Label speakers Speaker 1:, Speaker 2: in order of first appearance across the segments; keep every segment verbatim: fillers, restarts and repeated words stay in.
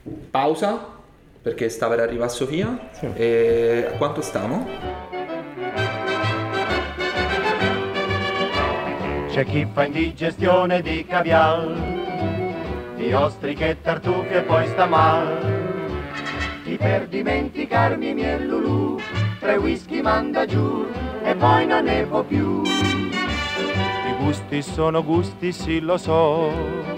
Speaker 1: pausa perché sta per arrivare Sofia.
Speaker 2: Sì.
Speaker 1: E a quanto stiamo?
Speaker 3: C'è chi fa indigestione di caviar, di ostriche e tartufe e poi sta mal. Chi per dimenticarmi miei lulù, tre whisky manda giù e poi non ne può più. I gusti sono gusti, sì lo so,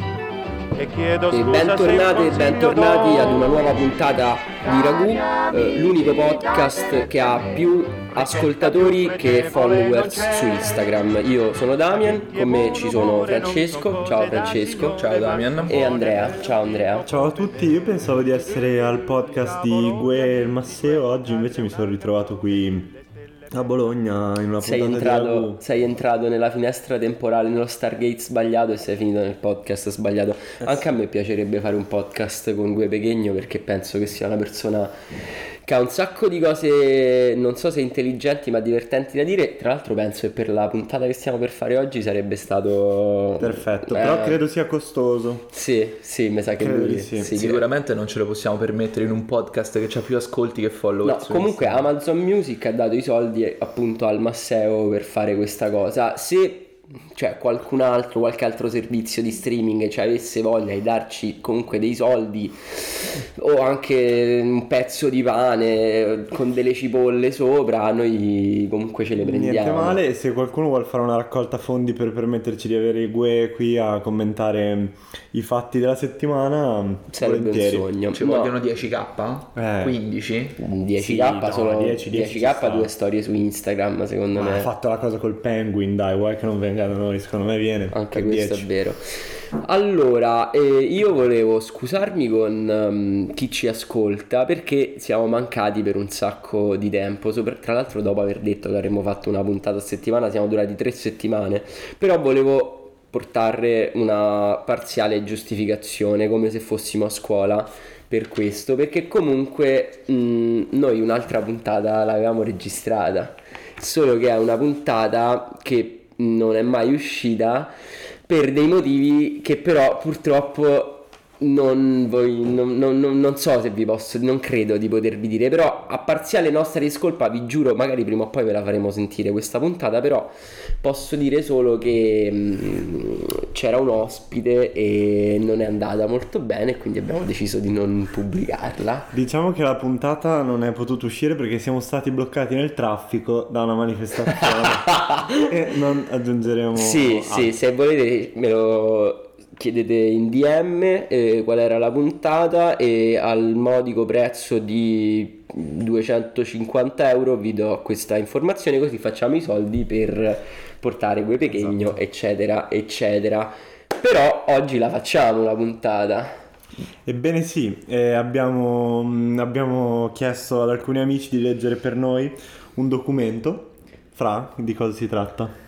Speaker 3: e chiedo
Speaker 4: E
Speaker 3: scusa
Speaker 4: bentornate e
Speaker 3: se
Speaker 4: bentornati ad una nuova puntata di Ragù, eh, l'unico podcast che ha più ascoltatori che followers su Instagram. Io sono Damian, con me ci sono Francesco, ciao Francesco,
Speaker 1: Ciao Damian.
Speaker 4: e Andrea, ciao Andrea.
Speaker 2: Ciao a tutti, io pensavo di essere al podcast di Gue e il Masseo, oggi invece mi sono ritrovato qui a Bologna in una
Speaker 4: Sei
Speaker 2: puntata di
Speaker 4: entrato,
Speaker 2: Ragù.
Speaker 4: sei entrato nella finestra temporale, nello Stargate sbagliato e sei finito nel podcast sbagliato. Anche a me piacerebbe fare un podcast con Gue Pechegno perché penso che sia una persona che ha un sacco di cose, non so se intelligenti ma divertenti da dire. Tra l'altro penso che per la puntata che stiamo per fare oggi sarebbe stato
Speaker 2: Perfetto,
Speaker 4: eh,
Speaker 2: però credo sia costoso.
Speaker 4: Sì, sì, mi sa che
Speaker 2: Credo
Speaker 4: lui
Speaker 2: di sì.
Speaker 4: sì,
Speaker 1: Sicuramente non ce lo possiamo permettere in un podcast che ha più ascolti che
Speaker 4: No,
Speaker 1: follower. su
Speaker 4: comunque
Speaker 1: Instagram.
Speaker 4: Amazon Music ha dato i soldi appunto al Masseo per fare questa cosa. Se cioè qualcun altro, qualche altro servizio di streaming cioè, avesse voglia di darci comunque dei soldi o anche un pezzo di pane con delle cipolle sopra, noi comunque ce le prendiamo.
Speaker 2: Niente male, e se qualcuno vuole fare una raccolta fondi per permetterci di avere Gue qui a commentare i fatti della settimana,
Speaker 4: Sarebbe
Speaker 2: volentieri.
Speaker 4: un sogno.
Speaker 1: Ci
Speaker 4: No,
Speaker 1: vogliono dieci k?
Speaker 2: Eh.
Speaker 1: quindici?
Speaker 4: dieci k
Speaker 2: Sì, no,
Speaker 4: sono
Speaker 2: dieci, dieci
Speaker 4: dieci k,
Speaker 2: ci sta.
Speaker 4: due storie su Instagram secondo
Speaker 2: Ma
Speaker 4: me.
Speaker 2: ha fatto la cosa col Penguin, dai, vuoi che non venga da noi, secondo me viene.
Speaker 4: Anche
Speaker 2: per
Speaker 4: questo
Speaker 2: dieci.
Speaker 4: è vero. Allora, eh, io volevo scusarmi con ehm, chi ci ascolta perché siamo mancati per un sacco di tempo. Sopra- tra l'altro, dopo aver detto che avremmo fatto una puntata a settimana, siamo durati tre settimane. Però volevo portare una parziale giustificazione, come se fossimo a scuola, per questo. Perché comunque mh, noi un'altra puntata l'avevamo registrata, solo che è una puntata che non è mai uscita per dei motivi che però purtroppo non, voi, non, non, non, non so se vi posso, non credo di potervi dire, però a parziale nostra discolpa vi giuro, magari prima o poi ve la faremo sentire questa puntata, però posso dire solo che mh, c'era un ospite e non è andata molto bene, quindi abbiamo deciso di non pubblicarla.
Speaker 2: Diciamo che la puntata non è potuta uscire perché siamo stati bloccati nel traffico da una manifestazione e non aggiungeremo
Speaker 4: Sì,
Speaker 2: altro.
Speaker 4: sì, se volete me lo chiedete in D M eh, qual era la puntata e al modico prezzo di duecentocinquanta euro vi do questa informazione, così facciamo i soldi per portare Gue Pechegno,
Speaker 2: Esatto.
Speaker 4: eccetera, eccetera. Però oggi la facciamo la puntata.
Speaker 2: Ebbene sì, eh, abbiamo, mh, abbiamo chiesto ad alcuni amici di leggere per noi un documento. Fra, di cosa si tratta?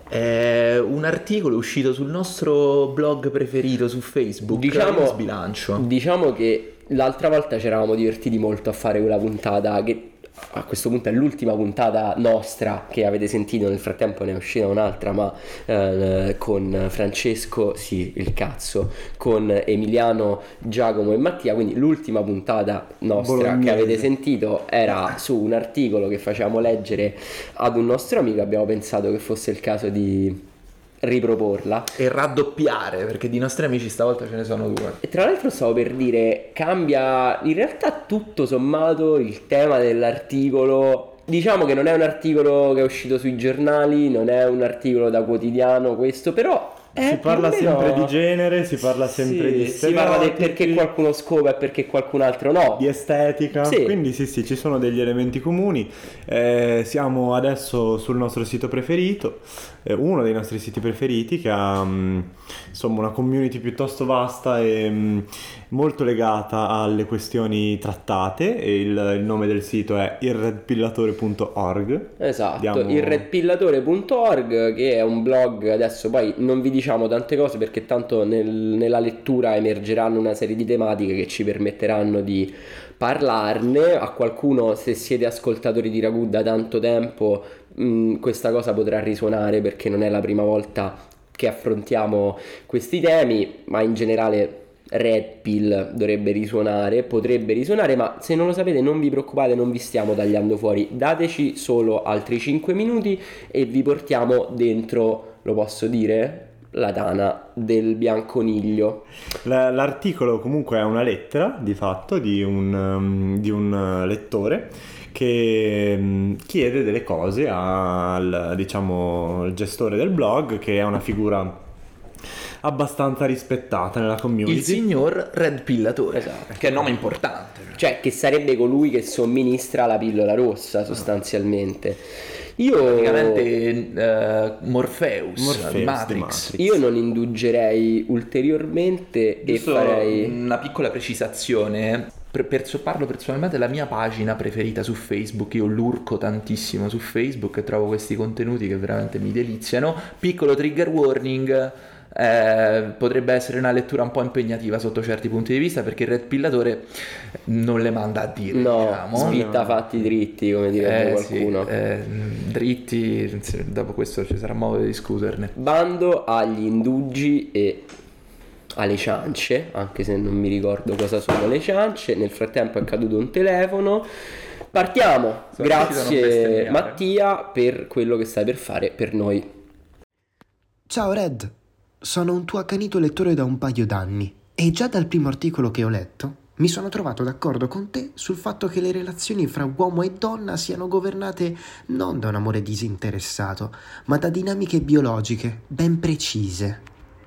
Speaker 1: È un articolo uscito sul nostro blog preferito su Facebook,
Speaker 4: Diciamo-
Speaker 1: lo Sbilancio.
Speaker 4: Diciamo che l'altra volta ci eravamo divertiti molto a fare quella puntata che a questo punto è l'ultima puntata nostra che avete sentito, nel frattempo ne è uscita un'altra ma eh, con Francesco, sì il cazzo, con Emiliano, Giacomo e Mattia, quindi l'ultima puntata nostra
Speaker 2: Bolognese.
Speaker 4: che avete sentito era su un articolo che facevamo leggere ad un nostro amico. Abbiamo pensato che fosse il caso di riproporla.
Speaker 1: E raddoppiare, perché di nostri amici stavolta ce ne sono due.
Speaker 4: E tra l'altro stavo per dire, cambia in realtà tutto sommato il tema dell'articolo. Diciamo che non è un articolo che è uscito sui giornali, non è un articolo da quotidiano questo, però è
Speaker 2: Si
Speaker 4: più
Speaker 2: parla
Speaker 4: o meno-
Speaker 2: sempre di genere, si parla sempre
Speaker 4: Sì,
Speaker 2: di
Speaker 4: si parla del
Speaker 2: stereotipi,
Speaker 4: perché qualcuno scopa e perché qualcun altro no.
Speaker 2: di estetica,
Speaker 4: Sì.
Speaker 2: quindi sì sì ci sono degli elementi comuni. Eh, siamo adesso sul nostro sito preferito, eh, uno dei nostri siti preferiti che ha mh, insomma una community piuttosto vasta e mh, molto legata alle questioni trattate, e il, il nome del sito è il red pillatore punto org.
Speaker 4: Esatto,
Speaker 2: Diamo-
Speaker 4: il red pillatore punto org, che è un blog. Adesso poi non vi diciamo tante cose perché tanto nel- nella lettura emergeranno una serie di tematiche che ci permetteranno di parlarne. A qualcuno, se siete ascoltatori di Ragù da tanto tempo, mh, questa cosa potrà risuonare perché non è la prima volta che affrontiamo questi temi, ma in generale Red Pill dovrebbe risuonare, potrebbe risuonare, ma se non lo sapete non vi preoccupate, non vi stiamo tagliando fuori, dateci solo altri cinque minuti e vi portiamo dentro, lo posso dire? La tana del bianconiglio.
Speaker 2: L'articolo comunque è una lettera di fatto di un, um, di un lettore che um, chiede delle cose al, diciamo, il gestore del blog, che è una figura abbastanza rispettata nella community,
Speaker 1: il signor Red Pillatore,
Speaker 4: esatto.
Speaker 1: Che è un nome importante,
Speaker 4: cioè che sarebbe colui che somministra la pillola rossa sostanzialmente. Io
Speaker 1: praticamente uh, Morpheus,
Speaker 2: Morpheus
Speaker 1: di Matrix.
Speaker 2: di Matrix.
Speaker 4: Io non indugerei ulteriormente
Speaker 1: Giusto
Speaker 4: e farei
Speaker 1: una piccola precisazione. Per, per, parlo personalmente della mia pagina preferita su Facebook. Io lurco tantissimo su Facebook e trovo questi contenuti che veramente mi deliziano. Piccolo trigger warning, eh, potrebbe essere una lettura un po' impegnativa sotto certi punti di vista, perché il Red Pillatore non le manda a dire,
Speaker 4: no,
Speaker 1: diciamo.
Speaker 4: sfitta fatti dritti, come direbbe
Speaker 1: eh,
Speaker 4: qualcuno.
Speaker 1: Sì, eh, dritti, dopo questo ci sarà modo di discuterne.
Speaker 4: Bando agli indugi e alle ciance, anche se non mi ricordo cosa sono le ciance. Nel frattempo è caduto un telefono. Partiamo.
Speaker 1: Sono
Speaker 4: Grazie Mattia per quello che stai per fare per noi.
Speaker 5: Ciao Red, sono un tuo accanito lettore da un paio d'anni e già dal primo articolo che ho letto mi sono trovato d'accordo con te sul fatto che le relazioni fra uomo e donna siano governate non da un amore disinteressato, ma da dinamiche biologiche ben precise.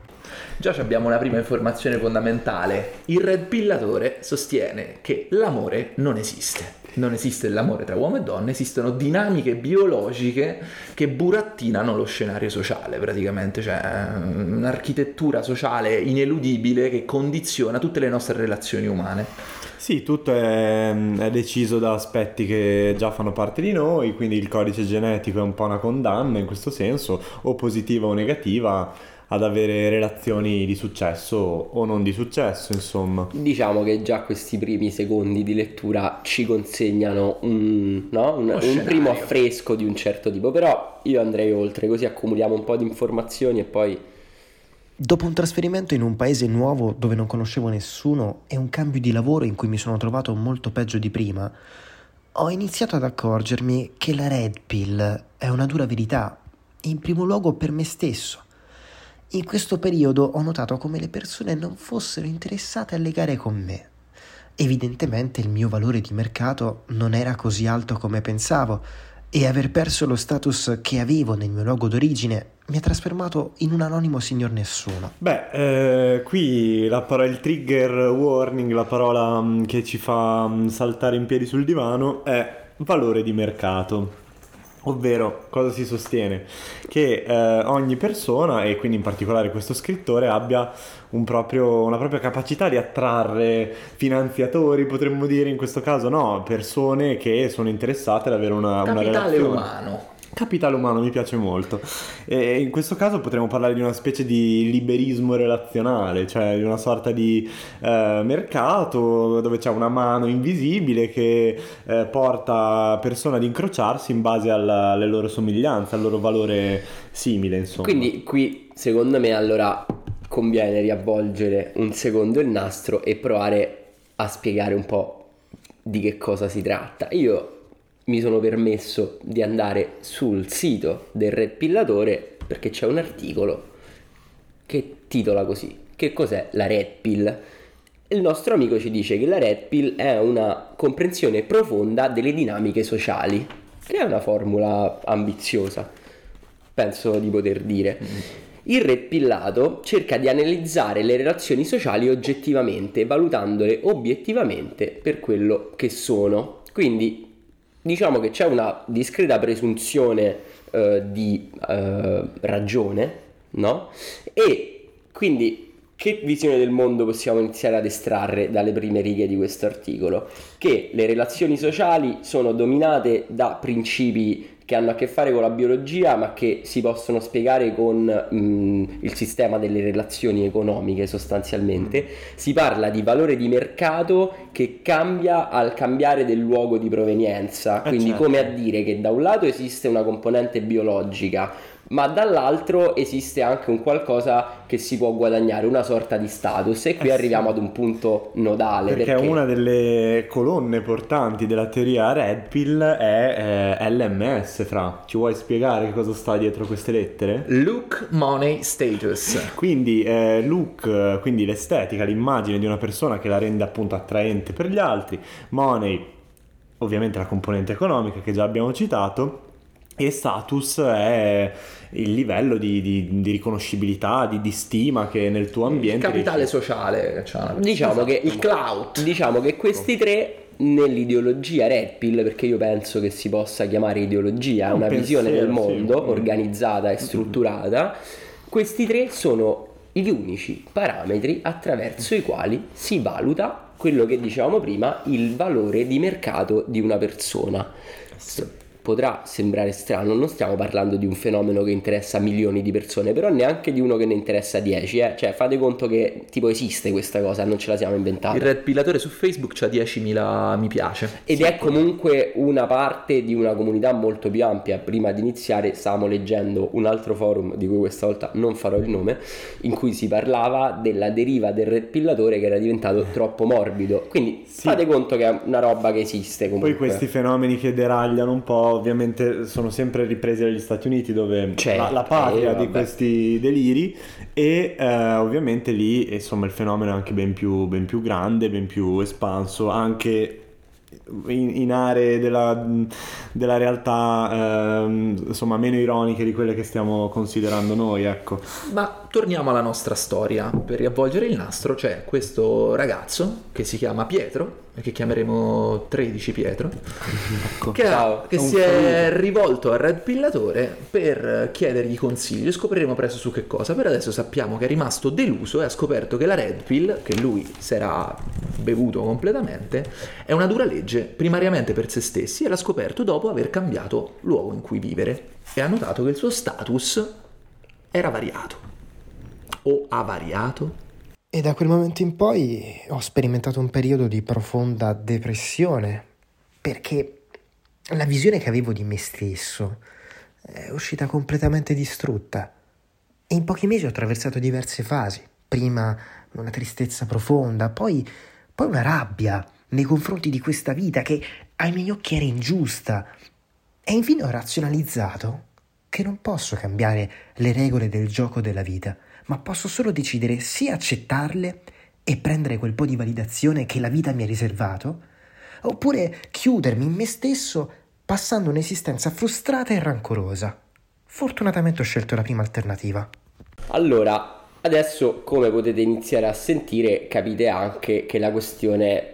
Speaker 1: Già abbiamo una prima informazione fondamentale. Il Red Pillatore sostiene che l'amore non esiste. Non esiste l'amore tra uomo e donna, esistono dinamiche biologiche che burattinano lo scenario sociale, praticamente, cioè un'architettura sociale ineludibile che condiziona tutte le nostre relazioni umane.
Speaker 2: Sì, tutto è, è deciso da aspetti che già fanno parte di noi, quindi il codice genetico è un po' una condanna in questo senso, o positiva o negativa, ad avere relazioni di successo o non di successo, insomma.
Speaker 4: Diciamo che già questi primi secondi di lettura ci consegnano un, no? un, un primo affresco di un certo tipo, però io andrei oltre, così accumuliamo un po' di informazioni e poi...
Speaker 5: Dopo un trasferimento in un paese nuovo dove non conoscevo nessuno e un cambio di lavoro in cui mi sono trovato molto peggio di prima, ho iniziato ad accorgermi che la Red Pill è una dura verità, in primo luogo per me stesso. In questo periodo ho notato come le persone non fossero interessate a legare con me. Evidentemente il mio valore di mercato non era così alto come pensavo e aver perso lo status che avevo nel mio luogo d'origine mi ha trasformato in un anonimo signor nessuno.
Speaker 2: Beh, eh, qui la parola, il trigger warning, la parola mh, che ci fa mh, saltare in piedi sul divano è valore di mercato. Ovvero, cosa si sostiene? Che eh, ogni persona, e quindi in particolare questo scrittore, abbia un proprio, una propria capacità di attrarre finanziatori, potremmo dire in questo caso, no, persone che sono interessate ad avere una, una relazione.
Speaker 1: Capitale umano.
Speaker 2: Capitale umano mi piace molto, e in questo caso potremmo parlare di una specie di liberismo relazionale, cioè di una sorta di eh, mercato dove c'è una mano invisibile che eh, porta persone ad incrociarsi in base alla, alle loro somiglianze, al loro valore simile, insomma.
Speaker 4: Quindi qui secondo me allora conviene riavvolgere un secondo il nastro e provare a spiegare un po' di che cosa si tratta. Io mi sono permesso di andare sul sito del Red Pillatore perché c'è un articolo che titola così: che cos'è la Red Pill? Il nostro amico ci dice che la Red Pill è una comprensione profonda delle dinamiche sociali, che è una formula ambiziosa, penso di poter dire. Il Red Pillato cerca di analizzare le relazioni sociali oggettivamente, valutandole obiettivamente per quello che sono. Quindi diciamo che c'è una discreta presunzione eh, di eh, ragione, no? E quindi che visione del mondo possiamo iniziare ad estrarre dalle prime righe di questo articolo? Che le relazioni sociali sono dominate da principi che hanno a che fare con la biologia, ma che si possono spiegare con mh, il sistema delle relazioni economiche sostanzialmente. Si parla di valore di mercato che cambia al cambiare del luogo di provenienza, quindi eh certo. Come a dire che da un lato esiste una componente biologica, ma dall'altro esiste anche un qualcosa che si può guadagnare, una sorta di status, e qui
Speaker 2: Eh sì.
Speaker 4: arriviamo ad un punto nodale,
Speaker 2: Perché,
Speaker 4: perché
Speaker 2: una delle colonne portanti della teoria Red Pill è eh, L M S. Fra, ci vuoi spiegare che cosa sta dietro queste lettere?
Speaker 1: Look, money, status.
Speaker 2: Quindi eh, look, quindi l'estetica, l'immagine di una persona che la rende appunto attraente per gli altri, money, ovviamente la componente economica che già abbiamo citato, e status è il livello di, di, di riconoscibilità, di, di stima che nel tuo
Speaker 1: Il
Speaker 2: ambiente
Speaker 1: capitale
Speaker 2: riesci-
Speaker 1: sociale, cioè,
Speaker 4: diciamo che
Speaker 1: il clout.
Speaker 4: diciamo che questi tre nell'ideologia Red Pill, perché io penso che si possa chiamare ideologia, è
Speaker 2: Un
Speaker 4: una visione del
Speaker 2: pensiero, sì.
Speaker 4: mondo
Speaker 2: Mm.
Speaker 4: organizzata e strutturata, questi tre sono gli unici parametri attraverso i quali si valuta quello che dicevamo prima, il valore di mercato di una persona. Potrà sembrare strano, non stiamo parlando di un fenomeno che interessa milioni di persone, però neanche di uno che ne interessa dieci, eh? Cioè fate conto che tipo esiste questa cosa, non ce la siamo inventata.
Speaker 1: Il Red Pillatore su Facebook c'ha diecimila mi piace.
Speaker 4: Ed è comunque una parte di una comunità molto più ampia. Prima di iniziare stavamo leggendo un altro forum, di cui questa volta non farò il nome, in cui si parlava della deriva del Red Pillatore che era diventato troppo morbido. Quindi
Speaker 2: Sì.
Speaker 4: fate conto che è una roba che esiste comunque.
Speaker 2: Poi questi fenomeni che deragliano un po' ovviamente sono sempre ripresi dagli Stati Uniti, dove
Speaker 4: Certo,
Speaker 2: la, la patria
Speaker 4: eh,
Speaker 2: di
Speaker 4: vabbè.
Speaker 2: questi deliri, e eh, ovviamente lì insomma il fenomeno è anche ben più, ben più grande, ben più espanso, anche in, in aree della, della realtà ehm, insomma meno ironiche di quelle che stiamo considerando noi, ecco.
Speaker 1: Ma torniamo alla nostra storia. Per riavvolgere il nastro c'è questo ragazzo che si chiama Pietro, e che chiameremo tredici Pietro, che, ha-
Speaker 4: Ciao.
Speaker 1: che
Speaker 2: Un
Speaker 1: si è rivolto al Red Pillatore per chiedergli consigli. Scopriremo presto su che cosa. Per adesso sappiamo che è rimasto deluso e ha scoperto che la Red Pill, che lui si era bevuto completamente, è una dura legge primariamente per se stessi, e l'ha scoperto dopo aver cambiato luogo in cui vivere, e ha notato che il suo status era variato o ha variato.
Speaker 5: E da quel momento in poi ho sperimentato un periodo di profonda depressione, perché la visione che avevo di me stesso è uscita completamente distrutta. E in pochi mesi ho attraversato diverse fasi. Prima una tristezza profonda, poi, poi una rabbia nei confronti di questa vita che ai miei occhi era ingiusta. E infine ho razionalizzato che non posso cambiare le regole del gioco della vita, ma posso solo decidere se accettarle e prendere quel po' di validazione che la vita mi ha riservato, oppure chiudermi in me stesso passando un'esistenza frustrata e rancorosa. Fortunatamente ho scelto la prima alternativa.
Speaker 4: Allora, adesso come potete iniziare a sentire, capite anche che la questione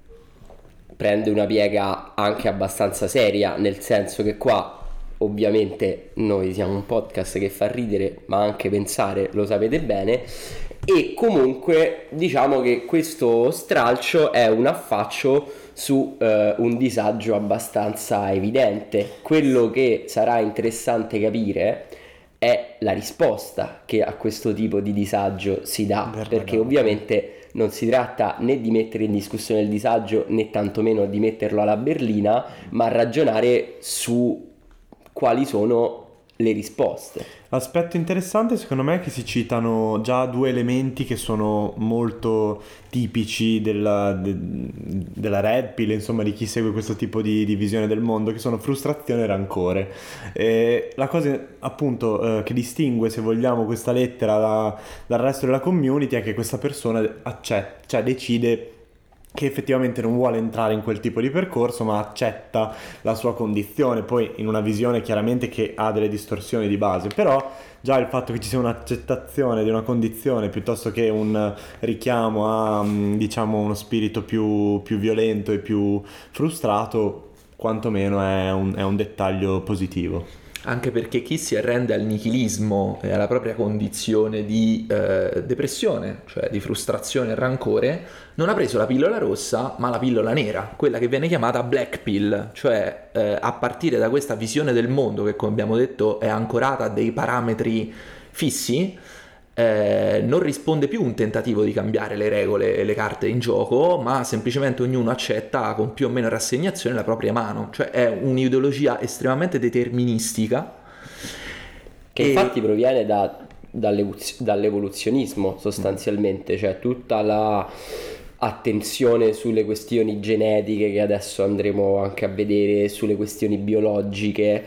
Speaker 4: prende una piega anche abbastanza seria, nel senso che qua ovviamente noi siamo un podcast che fa ridere ma anche pensare, lo sapete bene, e comunque diciamo che questo stralcio è un affaccio su eh, un disagio abbastanza evidente. Quello che sarà interessante capire è la risposta che a questo tipo di disagio si dà,
Speaker 2: Verdade.
Speaker 4: perché ovviamente non si tratta né di mettere in discussione il disagio né tantomeno di metterlo alla berlina, ma ragionare su quali sono le risposte.
Speaker 2: L'aspetto interessante secondo me è che si citano già due elementi che sono molto tipici della, de- della Red Pill, insomma di chi segue questo tipo di, di visione del mondo, che sono frustrazione e rancore. E la cosa appunto eh, che distingue, se vogliamo, questa lettera da- dal resto della community è che questa persona accetta, cioè decide che effettivamente non vuole entrare in quel tipo di percorso, ma accetta la sua condizione, poi in una visione chiaramente che ha delle distorsioni di base, però già il fatto che ci sia un'accettazione di una condizione piuttosto che un richiamo a, diciamo, uno spirito più, più violento e più frustrato, quantomeno è un, è un dettaglio positivo.
Speaker 1: Anche perché chi si arrende al nichilismo e alla propria condizione di eh, depressione, cioè di frustrazione e rancore, non ha preso la pillola rossa ma la pillola nera, quella che viene chiamata black pill, cioè eh, a partire da questa visione del mondo che, come abbiamo detto, è ancorata a dei parametri fissi, eh, non risponde più un tentativo di cambiare le regole e le carte in gioco, ma semplicemente ognuno accetta con più o meno rassegnazione la propria mano, cioè è un'ideologia estremamente deterministica
Speaker 4: Che
Speaker 1: E-
Speaker 4: infatti proviene da, dall'evuz- dall'evoluzionismo sostanzialmente, cioè tutta la attenzione sulle questioni genetiche che adesso andremo anche a vedere, sulle questioni biologiche,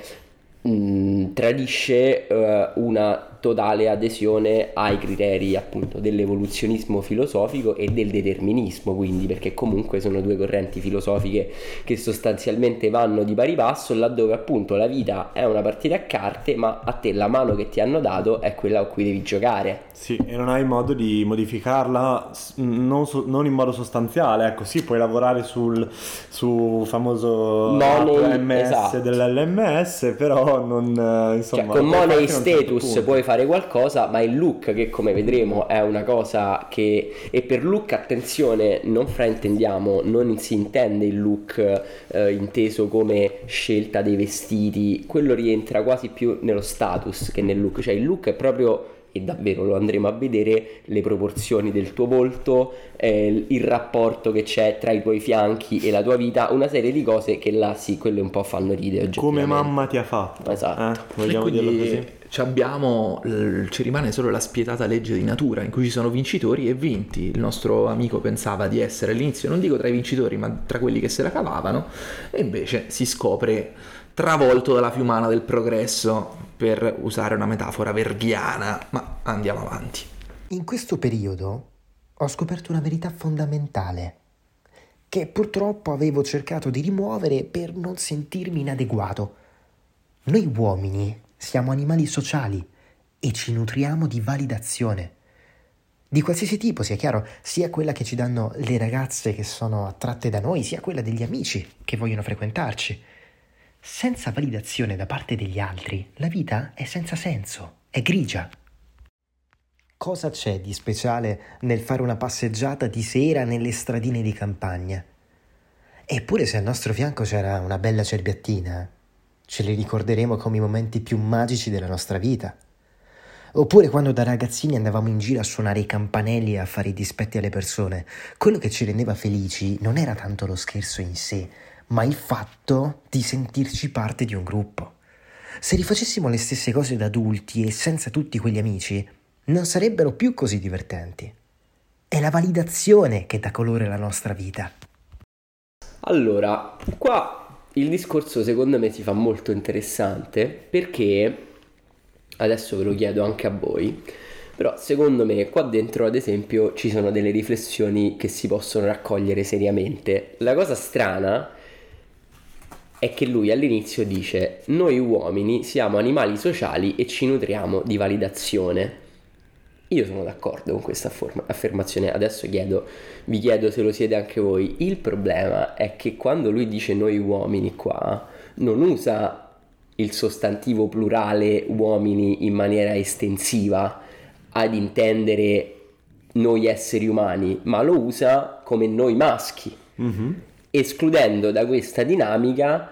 Speaker 4: mh, tradisce eh, una totale adesione ai criteri appunto dell'evoluzionismo filosofico e del determinismo, quindi, perché comunque sono due correnti filosofiche che sostanzialmente vanno di pari passo, laddove appunto la vita è una partita a carte, ma a te la mano che ti hanno dato è quella a cui devi giocare.
Speaker 2: Sì, e non hai modo di modificarla s- non, so- non in modo sostanziale, ecco, sì, puoi lavorare sul su famoso
Speaker 4: Money,
Speaker 2: M S
Speaker 4: esatto.
Speaker 2: dell'L M S, però non, eh, insomma...
Speaker 4: Cioè, con
Speaker 2: lo puoi fare
Speaker 4: money
Speaker 2: fino a un certo
Speaker 4: status
Speaker 2: punto.
Speaker 4: puoi fare qualcosa, ma il look, che come vedremo è una cosa che... E per look, attenzione, non fraintendiamo, non si intende il look eh, inteso come scelta dei vestiti, quello rientra quasi più nello status che nel look, cioè il look è proprio... e davvero lo andremo a vedere, le proporzioni del tuo volto, eh, il rapporto che c'è tra i tuoi fianchi e la tua vita, una serie di cose che là sì, quelle un po' fanno ridere
Speaker 2: Come
Speaker 4: oggettivamente.
Speaker 2: mamma ti ha fatto.
Speaker 4: Esatto.
Speaker 2: Eh? Vogliamo
Speaker 1: e
Speaker 2: dirlo
Speaker 1: quindi
Speaker 2: così?
Speaker 1: ci abbiamo, l- ci rimane solo la spietata legge di natura in cui ci sono vincitori e vinti. Il nostro amico pensava di essere all'inizio, non dico tra i vincitori, ma tra quelli che se la cavavano, e invece si scopre travolto dalla fiumana del progresso, per usare una metafora verghiana, ma andiamo avanti.
Speaker 5: In questo periodo ho scoperto una verità fondamentale che purtroppo avevo cercato di rimuovere per non sentirmi inadeguato. Noi uomini siamo animali sociali e ci nutriamo di validazione. Di qualsiasi tipo, sia chiaro, sia quella che ci danno le ragazze che sono attratte da noi, sia quella degli amici che vogliono frequentarci. Senza validazione da parte degli altri, la vita è senza senso, è grigia. Cosa c'è di speciale nel fare una passeggiata di sera nelle stradine di campagna? Eppure se al nostro fianco c'era una bella cerbiattina, ce li ricorderemo come i momenti più magici della nostra vita. Oppure quando da ragazzini andavamo in giro a suonare i campanelli e a fare i dispetti alle persone, quello che ci rendeva felici non era tanto lo scherzo in sé, ma il fatto di sentirci parte di un gruppo. Se rifacessimo le stesse cose da adulti e senza tutti quegli amici, non sarebbero più così divertenti. È la validazione che dà colore alla nostra vita.
Speaker 4: Allora, qua il discorso secondo me si fa molto interessante, perché adesso ve lo chiedo anche a voi, però secondo me qua dentro ad esempio ci sono delle riflessioni che si possono raccogliere seriamente. La cosa strana è che lui all'inizio dice: noi uomini siamo animali sociali e ci nutriamo di validazione. Io sono d'accordo con questa afforma- affermazione. Adesso chiedo, vi chiedo se lo siete anche voi. Il problema è che quando lui dice noi uomini qua, non usa il sostantivo plurale uomini in maniera estensiva ad intendere noi esseri umani, ma lo usa come noi maschi,
Speaker 2: Mhm.
Speaker 4: escludendo da questa dinamica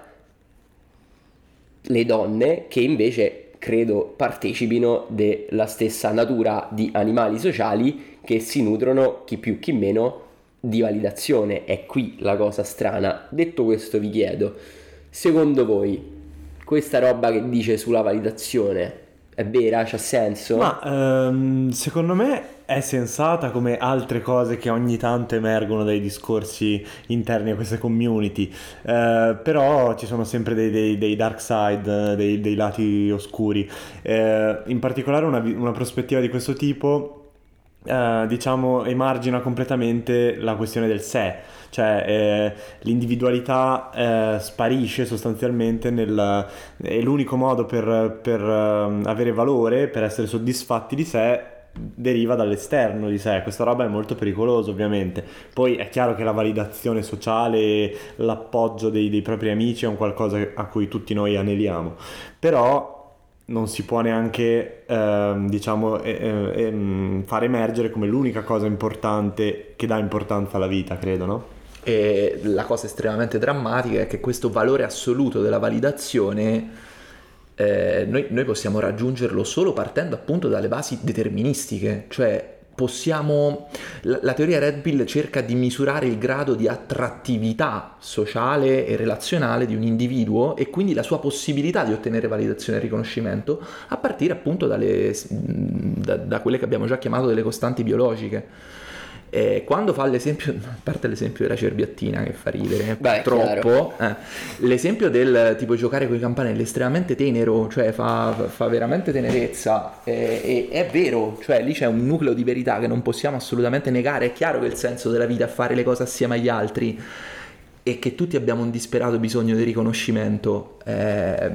Speaker 4: le donne, che invece credo partecipino della stessa natura di animali sociali che si nutrono chi più chi meno di validazione. È qui la cosa strana. Detto questo vi chiedo, secondo voi questa roba che dice sulla validazione è vera? C'ha senso?
Speaker 2: Ma ehm, secondo me è sensata come altre cose che ogni tanto emergono dai discorsi interni a queste community. Eh, però ci sono sempre dei, dei- dei dark side, eh, dei, dei lati oscuri. Eh, in particolare una, vi- una prospettiva di questo tipo eh, diciamo emargina completamente la questione del sé, cioè eh, l'individualità eh, sparisce sostanzialmente nel, è l'unico modo per, per eh, avere valore, per essere soddisfatti di sé, deriva dall'esterno di sé. Questa roba è molto pericolosa, ovviamente. Poi è chiaro che la validazione sociale, l'appoggio dei, dei propri amici è un qualcosa a cui tutti noi aneliamo, però non si può neanche ehm, diciamo eh, eh, ehm, far emergere come l'unica cosa importante che dà importanza alla vita, credo, no?
Speaker 1: E la cosa estremamente drammatica è che questo valore assoluto della validazione eh, noi, noi possiamo raggiungerlo solo partendo appunto dalle basi deterministiche, cioè possiamo, la, la teoria Red Pill cerca di misurare il grado di attrattività sociale e relazionale di un individuo e quindi la sua possibilità di ottenere validazione e riconoscimento a partire appunto dalle, da, da quelle che abbiamo già chiamato delle costanti biologiche. E quando fa l'esempio, a parte l'esempio della cerbiattina che fa ridere,
Speaker 4: Beh,
Speaker 1: troppo, eh, l'esempio del tipo giocare con i campanelli è estremamente tenero, cioè fa, fa veramente tenerezza, e, e è vero, cioè lì c'è un nucleo di verità che non possiamo assolutamente negare. È chiaro che il senso della vita è fare le cose assieme agli altri e che tutti abbiamo un disperato bisogno di riconoscimento. Eh,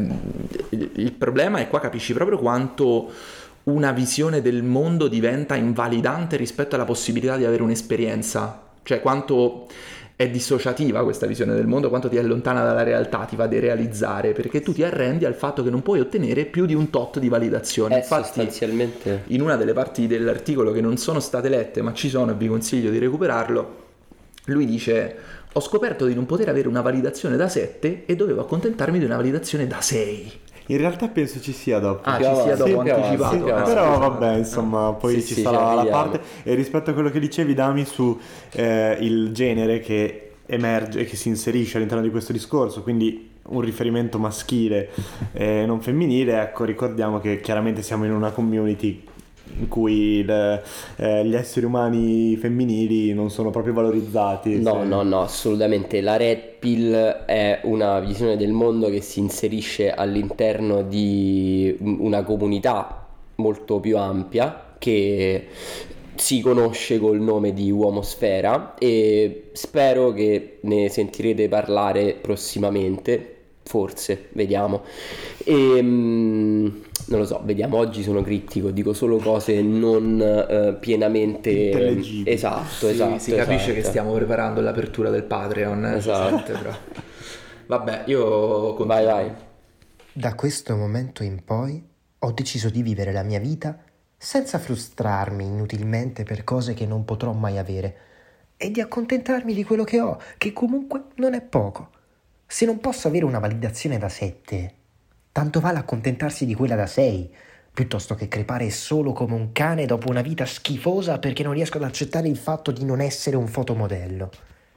Speaker 1: il problema è qua capisci proprio quanto una visione del mondo diventa invalidante rispetto alla possibilità di avere un'esperienza, cioè quanto è dissociativa questa visione del mondo, quanto ti allontana dalla realtà, ti fa derealizzare, perché tu ti arrendi al fatto che non puoi ottenere più di un tot di validazione.
Speaker 4: Eh,
Speaker 1: Infatti,
Speaker 4: sostanzialmente,
Speaker 1: in una delle parti dell'articolo che non sono state lette ma ci sono e vi consiglio di recuperarlo, lui dice: ho scoperto di non poter avere una validazione da sette e dovevo accontentarmi di una validazione da sei.
Speaker 2: In realtà penso ci sia dopo.
Speaker 1: Ah,
Speaker 4: Più
Speaker 1: ci sia
Speaker 4: avanti,
Speaker 1: dopo
Speaker 4: più avanti,
Speaker 1: anticipato.
Speaker 4: più
Speaker 1: eh,
Speaker 4: avanti.
Speaker 2: Però
Speaker 1: sì,
Speaker 2: vabbè, insomma, poi
Speaker 4: Sì,
Speaker 2: ci
Speaker 4: sì,
Speaker 2: sarà
Speaker 4: ci
Speaker 2: la
Speaker 4: arriviamo.
Speaker 2: parte. E rispetto a quello che dicevi, Dami, su eh, il genere che emerge e che si inserisce all'interno di questo discorso, quindi un riferimento maschile e non femminile, ecco, ricordiamo che chiaramente siamo in una community in cui le, eh, gli esseri umani femminili non sono proprio valorizzati.
Speaker 4: no,
Speaker 2: se-
Speaker 4: no, no, assolutamente. La Red Pill è una visione del mondo che si inserisce all'interno di una comunità molto più ampia che si conosce col nome di Uomosfera, e spero che ne sentirete parlare prossimamente, forse, vediamo. E, mm, non lo so, vediamo. Oggi sono critico, dico solo cose non eh, pienamente
Speaker 2: Intellegibili.
Speaker 4: esatto,
Speaker 1: Sì,
Speaker 4: esatto,
Speaker 1: si capisce
Speaker 4: esatto.
Speaker 1: che stiamo preparando l'apertura del Patreon. eh,
Speaker 4: Esatto.
Speaker 1: giustamente, però. Vabbè, io continuo.
Speaker 4: Vai, vai.
Speaker 5: Da questo momento in poi ho deciso di vivere la mia vita senza frustrarmi inutilmente per cose che non potrò mai avere e di accontentarmi di quello che ho, che comunque non è poco. Se non posso avere una validazione da sette, tanto vale accontentarsi di quella da sei, piuttosto che crepare solo come un cane dopo una vita schifosa perché non riesco ad accettare il fatto di non essere un fotomodello.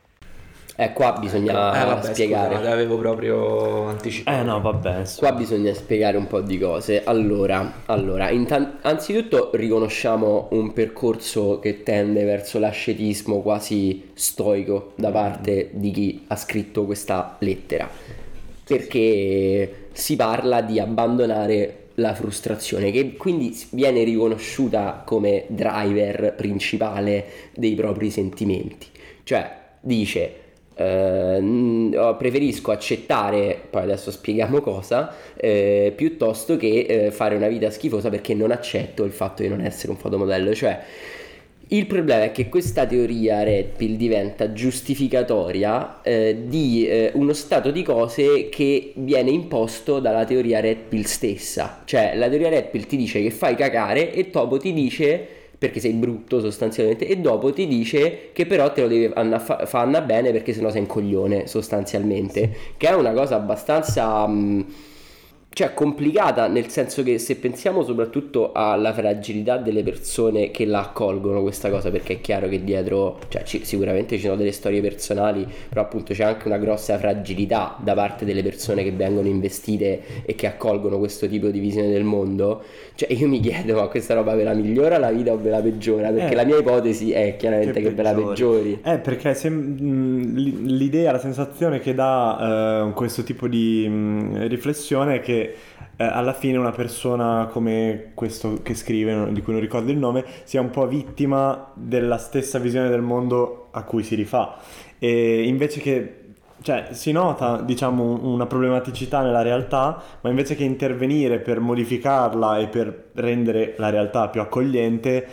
Speaker 4: Eh, qua bisogna
Speaker 1: Eh, vabbè,
Speaker 4: spiegare.
Speaker 1: scusate, avevo proprio anticipato.
Speaker 2: Eh no, vabbè.
Speaker 4: Qua bisogna spiegare un po' di cose. Allora, allora intan- anzitutto riconosciamo un percorso che tende verso l'ascetismo quasi stoico da parte di chi ha scritto questa lettera, perché si parla di abbandonare la frustrazione, che quindi viene riconosciuta come driver principale dei propri sentimenti. Cioè, dice: eh, n- preferisco accettare, poi adesso spieghiamo cosa, eh, piuttosto che eh, fare una vita schifosa perché non accetto il fatto di non essere un fotomodello. Cioè, il problema è che questa teoria Red Pill diventa giustificatoria eh, di eh, uno stato di cose che viene imposto dalla teoria Red Pill stessa. Cioè, la teoria Red Pill ti dice che fai cacare e dopo ti dice, perché sei brutto sostanzialmente, e dopo ti dice che però te lo devi andare a fa- fa andare bene perché sennò sei un coglione sostanzialmente, che è una cosa abbastanza mh, cioè complicata, nel senso che se pensiamo soprattutto alla fragilità delle persone che la accolgono questa cosa, perché è chiaro che dietro, cioè ci, sicuramente ci sono delle storie personali, però appunto c'è anche una grossa fragilità da parte delle persone che vengono investite e che accolgono questo tipo di visione del mondo. Cioè io mi chiedo, ma questa roba ve la migliora la vita o ve la peggiora? Perché
Speaker 2: Eh.
Speaker 4: la mia ipotesi è chiaramente che, ve la peggiori.
Speaker 2: Eh, perché se- mh, l- l'idea, la sensazione che dà eh, questo tipo di mh, riflessione è che eh, alla fine una persona come questo che scrive, non- di cui non ricordo il nome, sia un po' vittima della stessa visione del mondo a cui si rifà. E invece che, cioè, si nota, diciamo, una problematicità nella realtà, ma invece che intervenire per modificarla e per rendere la realtà più accogliente,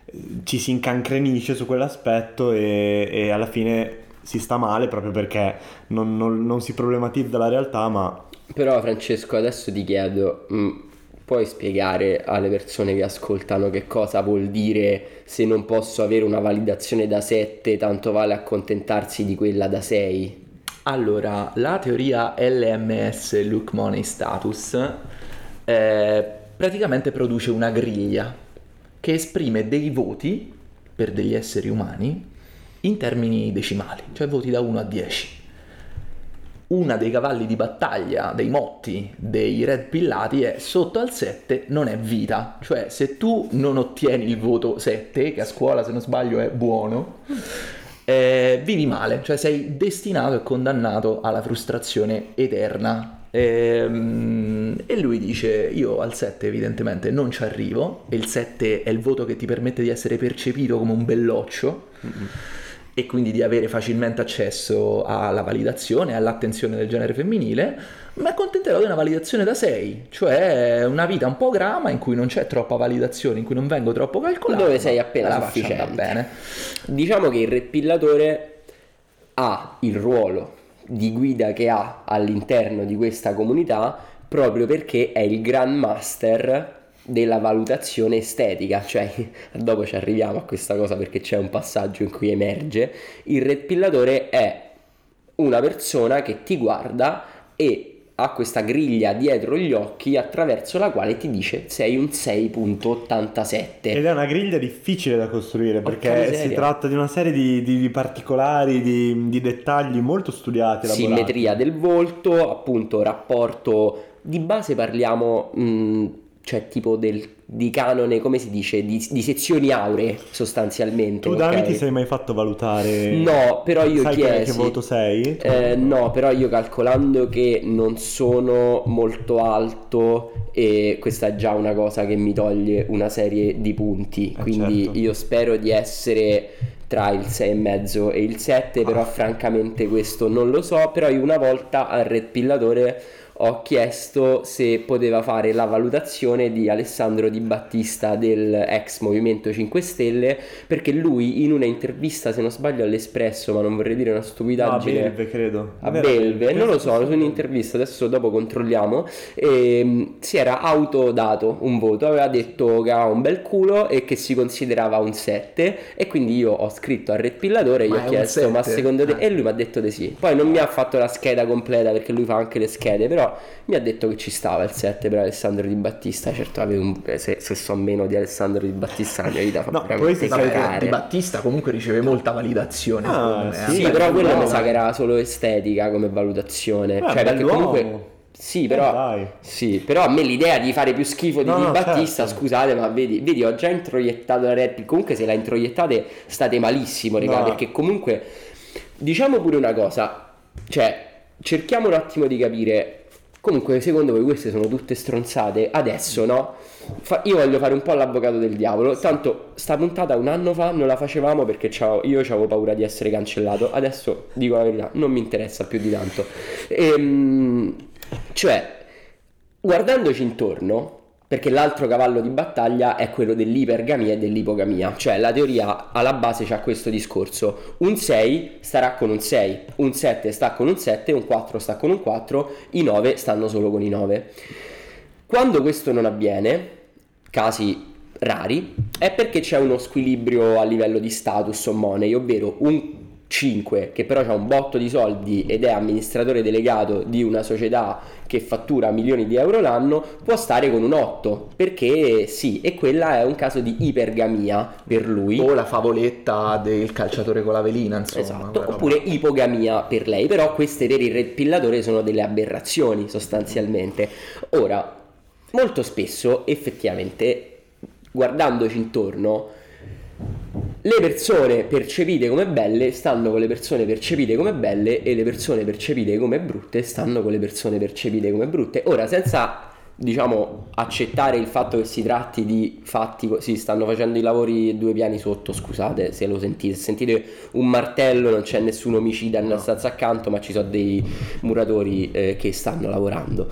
Speaker 2: ci si incancrenisce su quell'aspetto e, e alla fine si sta male proprio perché non, non- non si problematizza la realtà, ma
Speaker 4: Però Francesco, adesso ti chiedo, mh, puoi spiegare alle persone che ascoltano che cosa vuol dire se non posso avere una validazione da sette, tanto vale accontentarsi di quella da sei?
Speaker 1: Allora, la teoria L M S, Look Money Status, eh, praticamente produce una griglia che esprime dei voti per degli esseri umani in termini decimali, cioè voti da uno a dieci. Una dei cavalli di battaglia, dei motti dei red pillati è sotto al sette non è vita, cioè se tu non ottieni il voto sette, che a scuola se non sbaglio è buono, eh, vivi male, cioè sei destinato e condannato alla frustrazione eterna. E, e lui dice: io al sette evidentemente non ci arrivo, e il sette è il voto che ti permette di essere percepito come un belloccio. Mm-hmm. E quindi di avere facilmente accesso alla validazione, all'attenzione del genere femminile, mi accontenterò di una validazione da sei, cioè una vita un po' grama in cui non c'è troppa validazione, in cui non vengo troppo calcolato,
Speaker 4: dove sei appena
Speaker 1: la
Speaker 4: sufficiente.
Speaker 1: Bene.
Speaker 4: Diciamo che il red pillatore ha il ruolo di guida che ha all'interno di questa comunità proprio perché è il grandmaster della valutazione estetica, cioè dopo ci arriviamo a questa cosa perché c'è un passaggio in cui emerge. Il red pillatore è una persona che ti guarda e ha questa griglia dietro gli occhi attraverso la quale ti dice sei un sei virgola ottantasette,
Speaker 2: ed è una griglia difficile da costruire perché
Speaker 4: Porca
Speaker 2: si
Speaker 4: miseria.
Speaker 2: tratta di una serie di, di, di particolari, di, di dettagli molto studiati, elaborati.
Speaker 4: Simmetria del volto, appunto rapporto, di base parliamo mh, cioè tipo del, di canone, come si dice, di, di sezioni auree sostanzialmente.
Speaker 2: Tu Dami
Speaker 4: okay?
Speaker 2: ti sei mai fatto valutare?
Speaker 4: No, però io
Speaker 2: sai
Speaker 4: chiesi
Speaker 2: che, che voto sei?
Speaker 4: Eh, no, però io calcolando che non sono molto alto, e questa è già una cosa che mi toglie una serie di punti,
Speaker 2: eh,
Speaker 4: quindi
Speaker 2: certo.
Speaker 4: io spero di essere tra il sei e mezzo e il sette, però ah. francamente questo non lo so. Però io una volta al red pillatore ho chiesto se poteva fare la valutazione di Alessandro Di Battista del ex Movimento cinque Stelle, perché lui in una intervista, se non sbaglio all'Espresso, ma non vorrei dire una stupidaggine,
Speaker 2: a Belve credo
Speaker 4: a Belve, non lo so, su un'intervista, adesso dopo controlliamo, e, si era autodato un voto, aveva detto che aveva un bel culo e che si considerava un sette, e quindi io ho scritto al red pillatore e gli ho chiesto ma secondo te, e lui mi ha detto di sì. Poi non mi ha fatto la scheda completa perché lui fa anche le schede, però mi ha detto che ci stava il sette per Alessandro Di Battista. Certo, avevo un, se, se so meno di Alessandro Di Battista la mia vita fa
Speaker 2: no,
Speaker 4: veramente cagare.
Speaker 1: Di Battista comunque riceve molta validazione.
Speaker 2: Ah,
Speaker 1: me,
Speaker 2: sì,
Speaker 4: sì,
Speaker 1: eh.
Speaker 4: però quello
Speaker 1: no,
Speaker 4: mi sa che era solo estetica come valutazione.
Speaker 2: Beh,
Speaker 4: cioè perché comunque
Speaker 2: uomo.
Speaker 4: sì, però,
Speaker 2: dai.
Speaker 4: sì, però a me l'idea di fare più schifo di
Speaker 2: No,
Speaker 4: Di
Speaker 2: no,
Speaker 4: Battista,
Speaker 2: certo.
Speaker 4: scusate, ma vedi, vedi, ho già introiettato la rap. Comunque se la introiettate state malissimo, raga,
Speaker 2: No.
Speaker 4: perché comunque diciamo pure una cosa, cioè cerchiamo un attimo di capire. Comunque secondo voi queste sono tutte stronzate adesso, no? Fa- io voglio fare un po' l'avvocato del diavolo. Tanto sta puntata un anno fa non la facevamo perché c'avevo, io avevo paura di essere cancellato. Adesso dico la verità, non mi interessa più di tanto. Ehm, cioè, guardandoci intorno, perché l'altro cavallo di battaglia è quello dell'ipergamia e dell'ipogamia, cioè la teoria alla base c'ha questo discorso: un sei starà con un sei, un sette sta con un sette, un quattro sta con un quattro, i nove stanno solo con i nove. Quando questo non avviene, casi rari, è perché c'è uno squilibrio a livello di status o money, ovvero un cinque che però ha un botto di soldi ed è amministratore delegato di una società che fattura milioni di euro l'anno può stare con un otto, perché sì, e quella è un caso di ipergamia per lui,
Speaker 1: o la favoletta del calciatore con la velina, insomma.
Speaker 4: esatto,
Speaker 1: però...
Speaker 4: oppure ipogamia per lei. Però queste per il red pillatore sono delle aberrazioni sostanzialmente. Ora, molto spesso effettivamente, guardandoci intorno, le persone percepite come belle stanno con le persone percepite come belle, e le persone percepite come brutte stanno con le persone percepite come brutte. Ora, senza, diciamo, accettare il fatto che si tratti di fatti così, stanno facendo i lavori due piani sotto, scusate se lo sentite, se sentite un martello non c'è nessun omicida nella stanza accanto, ma ci sono dei muratori eh, che stanno lavorando.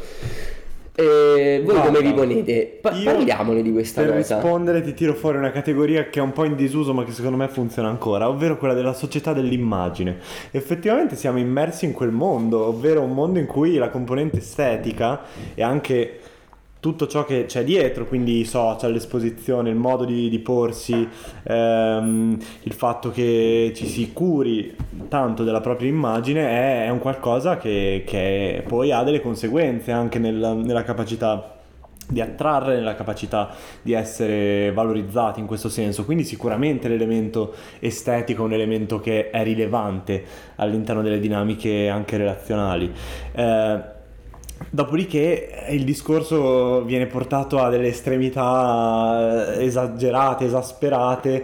Speaker 4: Eh, voi
Speaker 2: Guarda,
Speaker 4: come vi ponete? Pa-
Speaker 2: io,
Speaker 4: parliamone di questa
Speaker 2: per
Speaker 4: cosa.
Speaker 2: Per rispondere ti tiro fuori una categoria che è un po' in disuso ma che secondo me funziona ancora, ovvero quella della società dell'immagine. Effettivamente siamo immersi in quel mondo, ovvero un mondo in cui la componente estetica e anche tutto ciò che c'è dietro, quindi i social, l'esposizione, il modo di, di porsi, ehm, il fatto che ci si curi tanto della propria immagine è, è un qualcosa che, che poi ha delle conseguenze anche nel, nella capacità di attrarre, nella capacità di essere valorizzati in questo senso. Quindi sicuramente l'elemento estetico è un elemento che è rilevante all'interno delle dinamiche anche relazionali. Eh, dopodiché il discorso viene portato a delle estremità esagerate, esasperate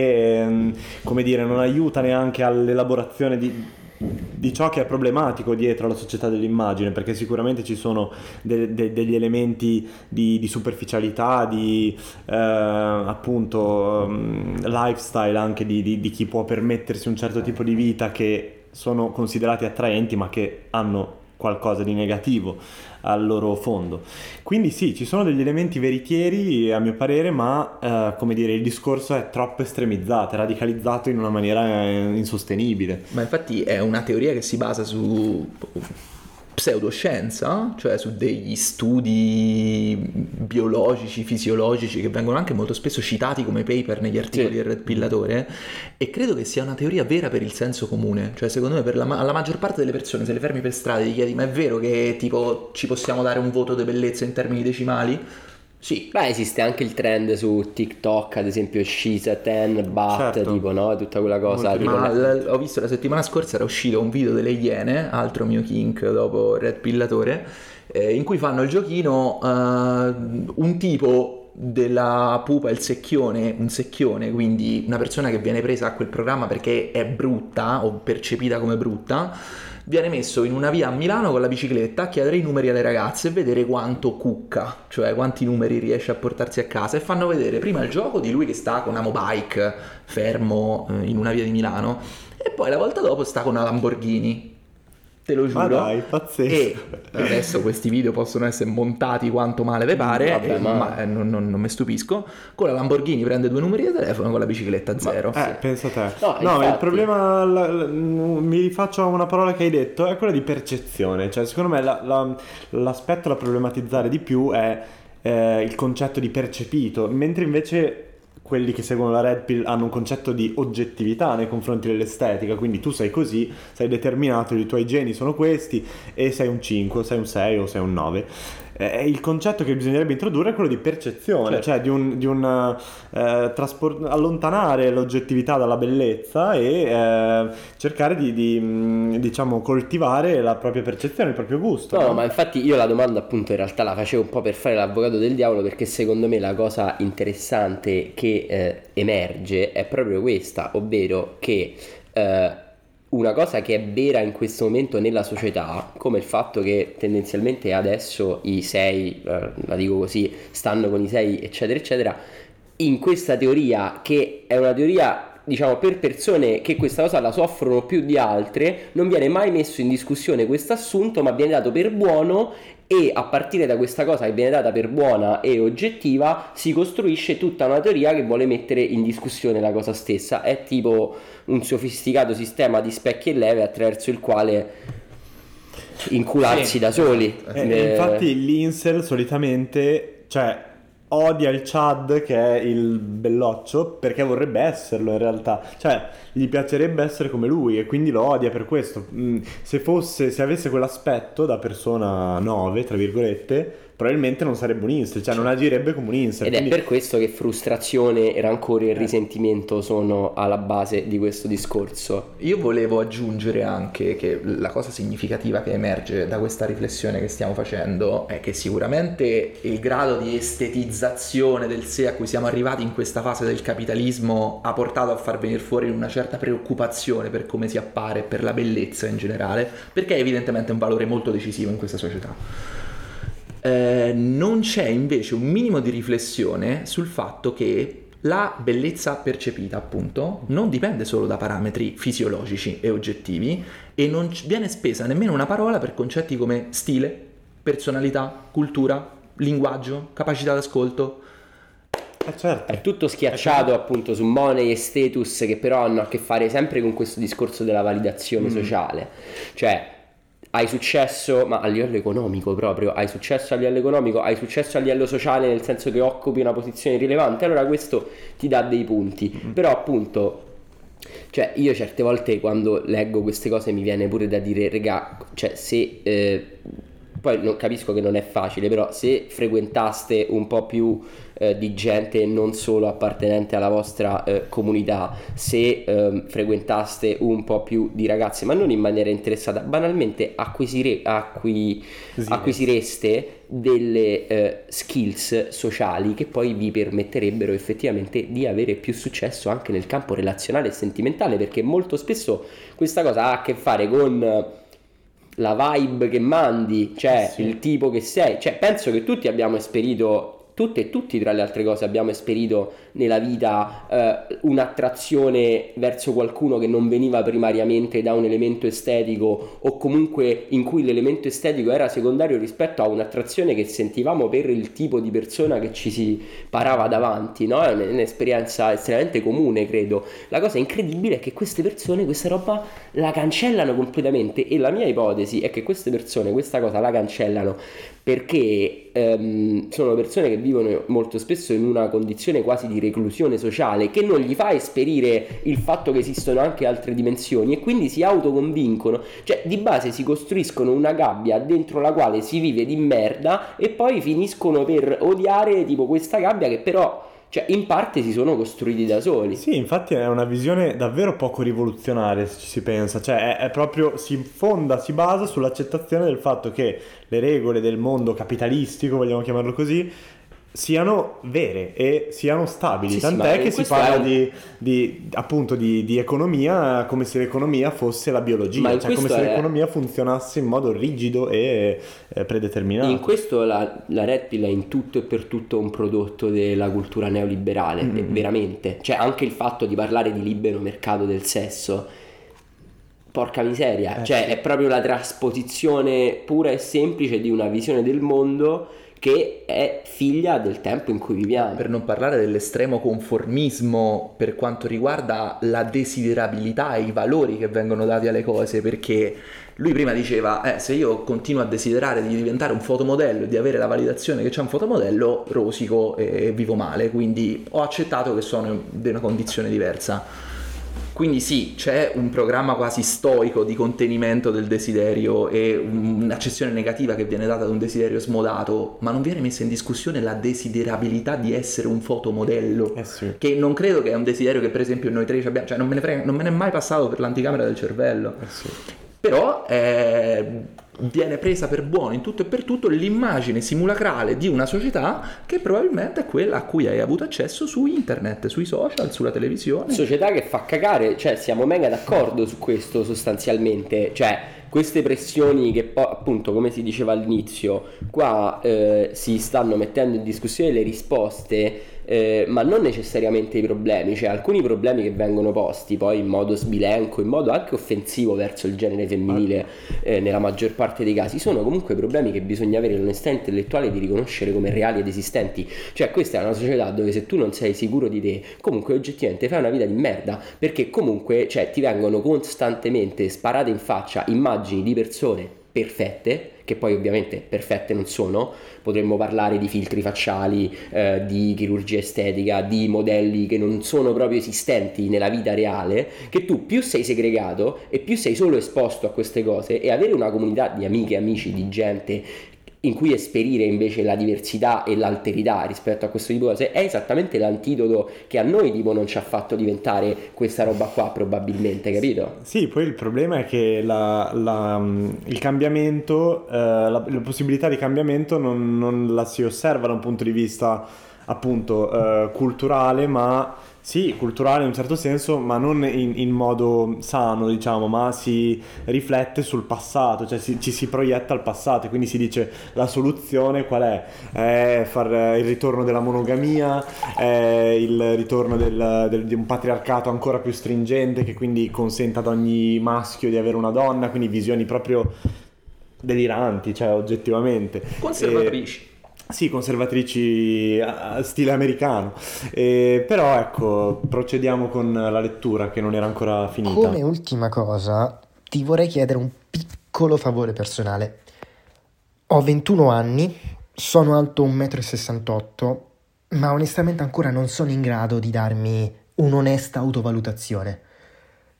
Speaker 2: e, come dire, non aiuta neanche all'elaborazione di di ciò che è problematico dietro alla società dell'immagine, perché sicuramente ci sono de- de- degli elementi di, di superficialità, di eh, appunto um, lifestyle anche di, di, di chi può permettersi un certo tipo di vita, che sono considerati attraenti ma che hanno qualcosa di negativo al loro fondo. Quindi sì, ci sono degli elementi veritieri a mio parere, ma eh, come dire, il discorso è troppo estremizzato, è radicalizzato in una maniera insostenibile.
Speaker 1: Ma infatti è una teoria che si basa su pseudoscienza, cioè su degli studi biologici, fisiologici, che vengono anche molto spesso citati come paper negli articoli sì. del Red Pillatore, e credo che sia una teoria vera per il senso comune. Cioè secondo me per la, ma- la maggior parte delle persone, se le fermi per strada e gli chiedi ma è vero che tipo ci possiamo dare un voto di bellezza in termini decimali? Sì.
Speaker 4: Beh, esiste anche il trend su TikTok, ad esempio she's a ten but,
Speaker 2: certo.
Speaker 4: tipo, no? Tutta quella cosa. Tipo
Speaker 1: Ma
Speaker 4: la...
Speaker 1: l- ho visto la settimana scorsa era uscito un video delle Iene, altro mio kink dopo Red Pillatore, eh, in cui fanno il giochino uh, un tipo della pupa, il secchione, un secchione, quindi una persona che viene presa a quel programma perché è brutta o percepita come brutta, viene messo in una via a Milano con la bicicletta a chiedere i numeri alle ragazze e vedere quanto cucca, cioè quanti numeri riesce a portarsi a casa, e fanno vedere prima il gioco di lui che sta con una mobike fermo eh, in una via di Milano, e poi la volta dopo sta con una Lamborghini. Te lo giuro.
Speaker 2: Ma dai, pazzesco.
Speaker 1: E adesso questi video possono essere montati quanto male ve pare,
Speaker 4: Vabbè,
Speaker 1: e,
Speaker 4: ma,
Speaker 1: ma eh, non, non, non mi stupisco. Con la Lamborghini prende due numeri di telefono, con la bicicletta zero.
Speaker 2: Eh, pensa a te.
Speaker 4: No,
Speaker 2: No,
Speaker 4: infatti...
Speaker 2: il problema, la, la, mi rifaccio a una parola che hai detto, è quella di percezione. Cioè, secondo me la, la, l'aspetto da problematizzare di più è eh, il concetto di percepito, mentre invece quelli che seguono la Red Pill hanno un concetto di oggettività nei confronti dell'estetica, quindi tu sei così, sei determinato, i tuoi geni sono questi e sei un cinque, sei un sei o sei un nove. Eh, il concetto che bisognerebbe introdurre è quello di percezione, certo. Cioè di un, di un eh, trasport- allontanare l'oggettività dalla bellezza e eh, cercare di, di diciamo coltivare la propria percezione, il proprio gusto.
Speaker 4: No,
Speaker 2: no,
Speaker 4: no, ma infatti io la domanda appunto in realtà la facevo un po' per fare l'avvocato del diavolo, perché secondo me la cosa interessante che eh, emerge è proprio questa, ovvero che eh, una cosa che è vera in questo momento nella società, come il fatto che tendenzialmente adesso i sei, eh, la dico così, stanno con i sei eccetera eccetera, in questa teoria, che è una teoria diciamo per persone che questa cosa la soffrono più di altre, non viene mai messo in discussione questo assunto, ma viene dato per buono, e a partire da questa cosa che viene data per buona e oggettiva si costruisce tutta una teoria che vuole mettere in discussione la cosa stessa. È tipo un sofisticato sistema di specchi e leve attraverso il quale incularsi sì. da soli.
Speaker 2: Eh, eh, infatti l'incel solitamente, cioè, odia il Chad che è il belloccio perché vorrebbe esserlo in realtà, cioè gli piacerebbe essere come lui e quindi lo odia per questo. Se fosse, se avesse quell'aspetto da persona nove tra virgolette, probabilmente non sarebbe un incel, cioè non agirebbe come un incel.
Speaker 4: Ed
Speaker 2: quindi...
Speaker 4: è per questo che frustrazione, rancore e risentimento sono alla base di questo discorso.
Speaker 1: Io volevo aggiungere anche che la cosa significativa che emerge da questa riflessione che stiamo facendo è che sicuramente il grado di estetizzazione del sé a cui siamo arrivati in questa fase del capitalismo ha portato a far venire fuori una certa preoccupazione per come si appare, per la bellezza in generale, perché è evidentemente un valore molto decisivo in questa società. Eh, non c'è invece un minimo di riflessione sul fatto che la bellezza percepita, appunto, non dipende solo da parametri fisiologici e oggettivi, e non viene spesa nemmeno una parola per concetti come stile, personalità, cultura, linguaggio, capacità d'ascolto.
Speaker 2: Eh certo.
Speaker 4: È tutto schiacciato appunto su money e status, che però hanno a che fare sempre con questo discorso della validazione mm. sociale. Cioè, hai successo, ma a livello economico proprio, hai successo a livello economico, hai successo a livello sociale, nel senso che occupi una posizione rilevante, allora questo ti dà dei punti. Mm. Però appunto, cioè io certe volte quando leggo queste cose mi viene pure da dire, regà, cioè se eh, poi non capisco che non è facile, però se frequentaste un po' più eh, di gente non solo appartenente alla vostra eh, comunità, se eh, frequentaste un po' più di ragazze, ma non in maniera interessata, banalmente acquisire, acqui,
Speaker 2: Sì,
Speaker 4: acquisireste delle eh, skills sociali che poi vi permetterebbero effettivamente di avere più successo anche nel campo relazionale e sentimentale, perché molto spesso questa cosa ha a che fare con la vibe che mandi, cioè
Speaker 2: Sì.
Speaker 4: il tipo che sei. Cioè penso che tutti abbiamo esperito, tutte e tutti tra le altre cose abbiamo esperito nella vita eh, un'attrazione verso qualcuno che non veniva primariamente da un elemento estetico, o comunque in cui l'elemento estetico era secondario rispetto a un'attrazione che sentivamo per il tipo di persona che ci si parava davanti, no? È un'esperienza estremamente comune, credo. La cosa incredibile è che queste persone questa roba la cancellano completamente, e la mia ipotesi è che queste persone questa cosa la cancellano perché ehm, sono persone che vivono molto spesso in una condizione quasi di reclusione sociale, che non gli fa esperire il fatto che esistono anche altre dimensioni, e quindi si autoconvincono, cioè di base si costruiscono una gabbia dentro la quale si vive di merda, e poi finiscono per odiare tipo questa gabbia che però, cioè, in parte si sono costruiti da soli.
Speaker 2: Sì, infatti è una visione davvero poco rivoluzionaria, se ci si pensa, cioè è, è proprio, si fonda, si basa sull'accettazione del fatto che le regole del mondo capitalistico, vogliamo chiamarlo così, siano vere e siano stabili,
Speaker 4: Sì, sì, ma
Speaker 2: tant'è
Speaker 4: in
Speaker 2: che si
Speaker 4: questo
Speaker 2: parla
Speaker 4: è un-
Speaker 2: di, di appunto di, di economia come se l'economia fosse la
Speaker 4: Ma
Speaker 2: biologia,
Speaker 4: in
Speaker 2: cioè come
Speaker 4: questo
Speaker 2: se
Speaker 4: è-
Speaker 2: l'economia funzionasse in modo rigido e eh, predeterminato.
Speaker 4: In questo la, la Red Pill è in tutto e per tutto un prodotto della cultura neoliberale,
Speaker 2: Mm-hmm.
Speaker 4: e veramente. Cioè anche il fatto di parlare di libero mercato del sesso, porca miseria,
Speaker 2: Eh,
Speaker 4: cioè
Speaker 2: sì.
Speaker 4: è proprio la trasposizione pura e semplice di una visione del mondo che è figlia del tempo in cui viviamo.
Speaker 1: Per non parlare dell'estremo conformismo per quanto riguarda la desiderabilità e i valori che vengono dati alle cose, perché lui prima diceva eh, se io continuo a desiderare di diventare un fotomodello e di avere la validazione che c'è un fotomodello, rosico e vivo male, quindi ho accettato che sono in una condizione diversa. Quindi sì, c'è un programma quasi stoico di contenimento del desiderio e un'accezione negativa che viene data ad un desiderio smodato, ma non viene messa in discussione la desiderabilità di essere un fotomodello,
Speaker 2: Eh sì.
Speaker 1: che non credo che è un desiderio che per esempio noi tre ci abbiamo, cioè non me ne frega, non me ne è mai passato per l'anticamera del cervello.
Speaker 2: Eh sì.
Speaker 1: Però eh, viene presa per buono in tutto e per tutto l'immagine simulacrale di una società che probabilmente è quella a cui hai avuto accesso su internet, sui social, sulla televisione.
Speaker 4: Società che fa cagare, cioè siamo mega d'accordo su questo sostanzialmente, cioè queste pressioni che poi appunto, come si diceva all'inizio, qua eh, si stanno mettendo in discussione le risposte, eh, ma non necessariamente i problemi, cioè alcuni problemi che vengono posti poi in modo sbilenco, in modo anche offensivo verso il genere femminile eh, nella maggior parte dei casi, sono comunque problemi che bisogna avere l'onestà intellettuale di riconoscere come reali ed esistenti. Cioè questa è una società dove se tu non sei sicuro di te, comunque oggettivamente fai una vita di merda, perché comunque cioè, ti vengono costantemente sparate in faccia immagini di persone perfette, che poi ovviamente perfette non sono. Potremmo parlare di filtri facciali, eh, di chirurgia estetica, di modelli che non sono proprio esistenti nella vita reale, che tu più sei segregato e più sei solo esposto a queste cose, e avere una comunità di amiche, amici, di gente in cui esperire invece la diversità e l'alterità rispetto a questo tipo di cose è esattamente l'antidoto che a noi tipo non ci ha fatto diventare questa roba qua, probabilmente, capito?
Speaker 2: Sì, poi il problema è che la, la, il cambiamento, eh, la, la possibilità di cambiamento non, non la si osserva da un punto di vista appunto eh, culturale, ma sì, culturale in un certo senso, ma non in, in modo sano, diciamo, ma si riflette sul passato, cioè si, ci si proietta al passato, e quindi si dice la soluzione qual è? È far il ritorno della monogamia, è il ritorno del, del, di un patriarcato ancora più stringente che quindi consenta ad ogni maschio di avere una donna, quindi visioni proprio deliranti, cioè oggettivamente.
Speaker 1: Conservatrici.
Speaker 2: E, sì, conservatrici a stile americano. Eh, però ecco, procediamo con la lettura che non era ancora finita.
Speaker 5: Come ultima cosa, ti vorrei chiedere un piccolo favore personale. Ho ventuno anni, sono alto un metro e sessantotto, ma onestamente ancora non sono in grado di darmi un'onesta autovalutazione.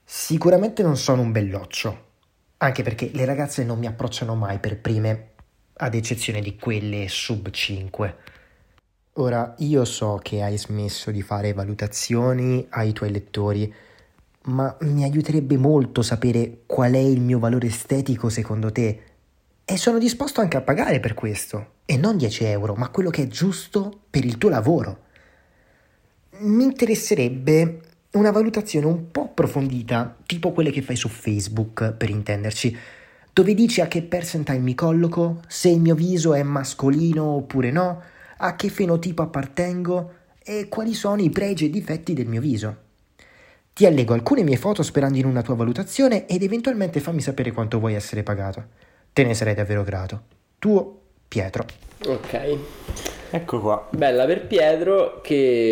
Speaker 5: Sicuramente non sono un belloccio, anche perché le ragazze non mi approcciano mai per prime ad eccezione di quelle sub cinque. Ora, io so che hai smesso di fare valutazioni ai tuoi lettori, ma mi aiuterebbe molto sapere qual è il mio valore estetico secondo te, e sono disposto anche a pagare per questo, e non dieci euro, ma quello che è giusto per il tuo lavoro. Mi interesserebbe una valutazione un po' approfondita, tipo quelle che fai su Facebook, per intenderci, dove dici a che percentile mi colloco, se il mio viso è mascolino oppure no, a che fenotipo appartengo e quali sono i pregi e difetti del mio viso. Ti allego alcune mie foto sperando in una tua valutazione ed eventualmente fammi sapere quanto vuoi essere pagato. Te ne sarei davvero grato. Tuo Pietro.
Speaker 4: Ok.
Speaker 2: Ecco qua.
Speaker 4: Bella per Pietro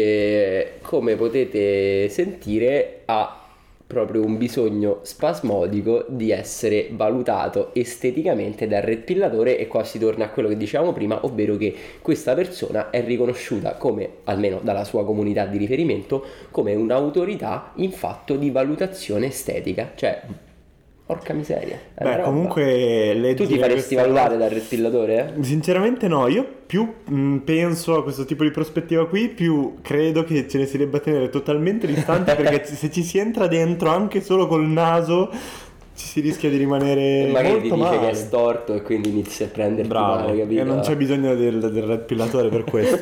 Speaker 4: che, come potete sentire, ha proprio un bisogno spasmodico di essere valutato esteticamente dal Red Pillatore, e qua si torna a quello che dicevamo prima, ovvero che questa persona è riconosciuta come, almeno dalla sua comunità di riferimento, come un'autorità in fatto di valutazione estetica. Cioè, porca miseria.
Speaker 2: Beh, comunque
Speaker 4: tu ti faresti valutare dal Red Pillatore?
Speaker 2: Eh? Sinceramente no, io più mh, penso a questo tipo di prospettiva qui, più credo che ce ne si debba tenere totalmente distanti, perché se ci si entra dentro anche solo col naso ci si rischia di rimanere
Speaker 4: e magari
Speaker 2: molto
Speaker 4: ti dice
Speaker 2: male.
Speaker 4: che è storto e quindi inizi a prenderti
Speaker 2: Bravo,
Speaker 4: male, capito?
Speaker 2: E non c'è bisogno del, del Red Pillatore per questo.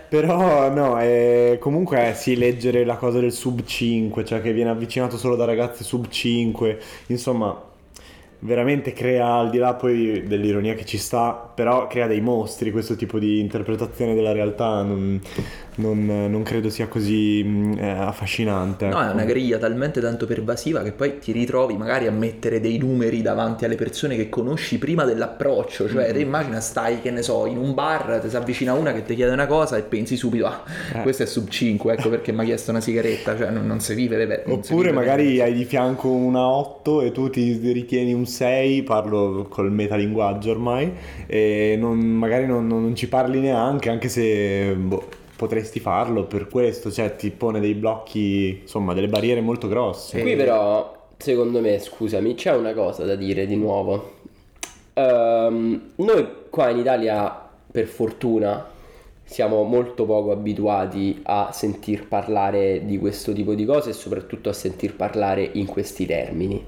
Speaker 2: Però no, è, comunque eh, sì, leggere la cosa del sub cinque, cioè che viene avvicinato solo da ragazze sub cinque, insomma veramente crea, al di là poi dell'ironia che ci sta, però crea dei mostri questo tipo di interpretazione della realtà. Non, non, non credo sia così mh, eh, affascinante.
Speaker 1: No,
Speaker 2: ecco.
Speaker 1: è una griglia talmente tanto pervasiva che poi ti ritrovi magari a mettere dei numeri davanti alle persone che conosci prima dell'approccio. Cioè, mm-hmm. te immagina, stai, che ne so, in un bar, ti si avvicina una che ti chiede una cosa e pensi subito, ah, eh. questo è sub cinque, ecco perché mi ha chiesto una sigaretta. Cioè, non, non si vive le non
Speaker 2: Oppure
Speaker 1: vive
Speaker 2: magari
Speaker 1: le...
Speaker 2: hai di fianco una otto e tu ti ritieni un sei, parlo col metalinguaggio ormai, e non, magari non, non ci parli neanche, anche se boh, potresti farlo per questo, cioè ti pone dei blocchi, insomma delle barriere molto grosse.
Speaker 4: Qui però, secondo me, scusami, c'è una cosa da dire di nuovo. Um, noi qua in Italia, per fortuna, siamo molto poco abituati a sentir parlare di questo tipo di cose e soprattutto a sentir parlare in questi termini.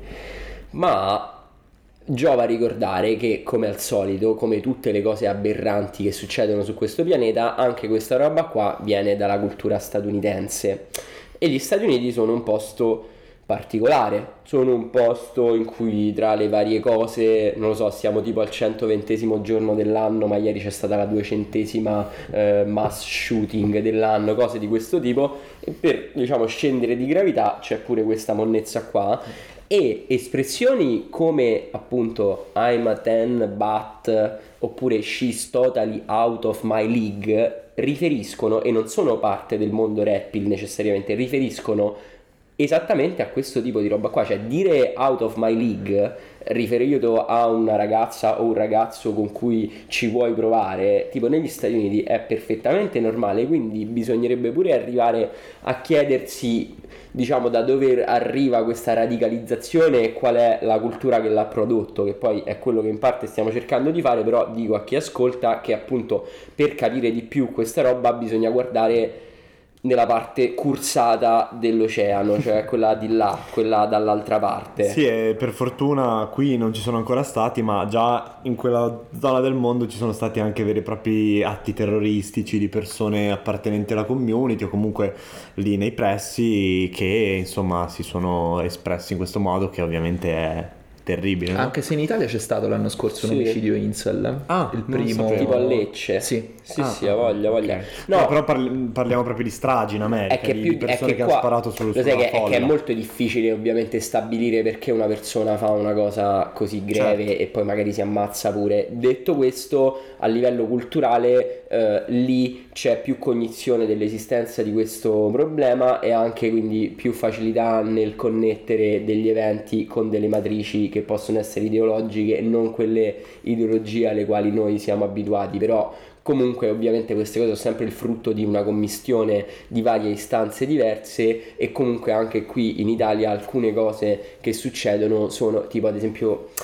Speaker 4: Ma giova ricordare che, come al solito, come tutte le cose aberranti che succedono su questo pianeta, anche questa roba qua viene dalla cultura statunitense, e gli Stati Uniti sono un posto particolare, sono un posto in cui tra le varie cose, non lo so, siamo tipo al centoventesimo giorno dell'anno, ma ieri c'è stata la duecentesima eh, mass shooting dell'anno, cose di questo tipo, e per, diciamo, scendere di gravità c'è pure questa monnezza qua. E espressioni come appunto I'm a ten but oppure she's totally out of my league riferiscono, e non sono parte del mondo rap necessariamente, riferiscono esattamente a questo tipo di roba qua. Cioè, dire out of my league riferito a una ragazza o un ragazzo con cui ci vuoi provare, tipo negli Stati Uniti, è perfettamente normale. Quindi bisognerebbe pure arrivare a chiedersi, diciamo, da dove arriva questa radicalizzazione e qual è la cultura che l'ha prodotto, che poi è quello che in parte stiamo cercando di fare. Però dico a chi ascolta che appunto per capire di più questa roba bisogna guardare nella parte cursata dell'oceano, cioè quella di là, quella dall'altra parte.
Speaker 2: Sì, e per fortuna qui non ci sono ancora stati, ma già in quella zona del mondo ci sono stati anche veri e propri atti terroristici di persone appartenenti alla community o comunque lì nei pressi, che insomma si sono espressi in questo modo, che ovviamente è terribile, no?
Speaker 1: Anche se in Italia c'è stato l'anno scorso
Speaker 4: sì.
Speaker 1: un omicidio incel,
Speaker 2: ah,
Speaker 1: il primo,
Speaker 4: tipo a Lecce.
Speaker 1: Sì,
Speaker 4: sì,
Speaker 2: ah,
Speaker 4: sì, ha voglia, voglia.
Speaker 2: Okay.
Speaker 4: No,
Speaker 2: no, però parli, parliamo proprio di stragi in America,
Speaker 4: è che
Speaker 2: di,
Speaker 4: più,
Speaker 2: di persone
Speaker 4: è che,
Speaker 2: che
Speaker 4: qua,
Speaker 2: hanno sparato sul,
Speaker 4: lo
Speaker 2: sulla
Speaker 4: sai che,
Speaker 2: folla.
Speaker 4: è che è molto difficile ovviamente stabilire perché una persona fa una cosa così greve, certo, e poi magari si ammazza pure. Detto questo, a livello culturale eh, lì c'è più cognizione dell'esistenza di questo problema e anche quindi più facilità nel connettere degli eventi con delle matrici che possono essere ideologiche e non quelle ideologie alle quali noi siamo abituati. Però comunque ovviamente queste cose sono sempre il frutto di una commistione di varie istanze diverse, e comunque anche qui in Italia alcune cose che succedono sono tipo, ad esempio,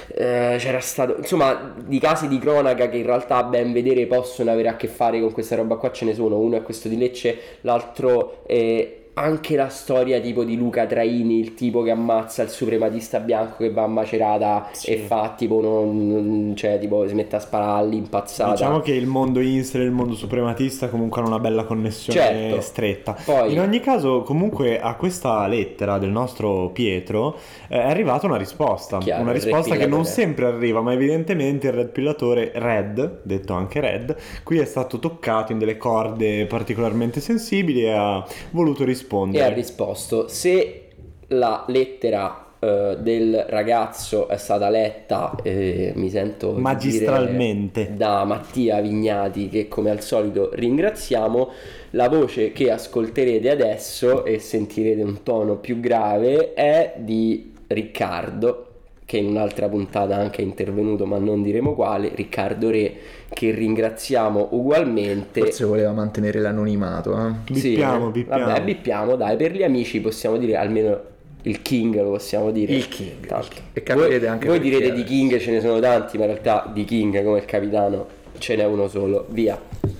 Speaker 4: eh, c'era stato, insomma, di casi di cronaca che in realtà a ben vedere possono avere a che fare con questa roba qua ce ne sono. Uno è questo di Lecce, l'altro è anche la storia tipo di Luca Traini, il tipo che ammazza il suprematista bianco che va a Macerata, sì, e fa tipo non, cioè tipo si mette a sparare all'impazzata.
Speaker 2: Diciamo che il mondo Insel e il mondo suprematista comunque hanno una bella connessione, certo, stretta. Poi, in ogni caso, comunque a questa lettera del nostro Pietro eh, è arrivata una risposta, chiaro, una risposta che non sempre arriva, ma evidentemente il Red Pillatore, Red, detto anche Red, qui è stato toccato in delle corde particolarmente sensibili e ha voluto rispondere.
Speaker 4: E ha risposto: se la lettera uh, del ragazzo è stata letta, eh, mi sento
Speaker 2: magistralmente
Speaker 4: dire, da Mattia Vignati, che come al solito ringraziamo, la voce che ascolterete adesso e sentirete un tono più grave è di Riccardo, che in un'altra puntata anche è intervenuto, ma non diremo quale, Riccardo Re, che ringraziamo ugualmente.
Speaker 1: Forse voleva mantenere l'anonimato, eh?
Speaker 2: Bippiamo,
Speaker 4: sì,
Speaker 2: bippiamo.
Speaker 4: Vabbè, bippiamo, dai, per gli amici possiamo dire almeno il King, lo possiamo dire.
Speaker 1: Il King.
Speaker 4: Tanto.
Speaker 1: E capirete anche
Speaker 4: voi direte
Speaker 1: adesso.
Speaker 4: di King ce ne sono tanti, ma in realtà di King come il capitano ce n'è uno solo. Via.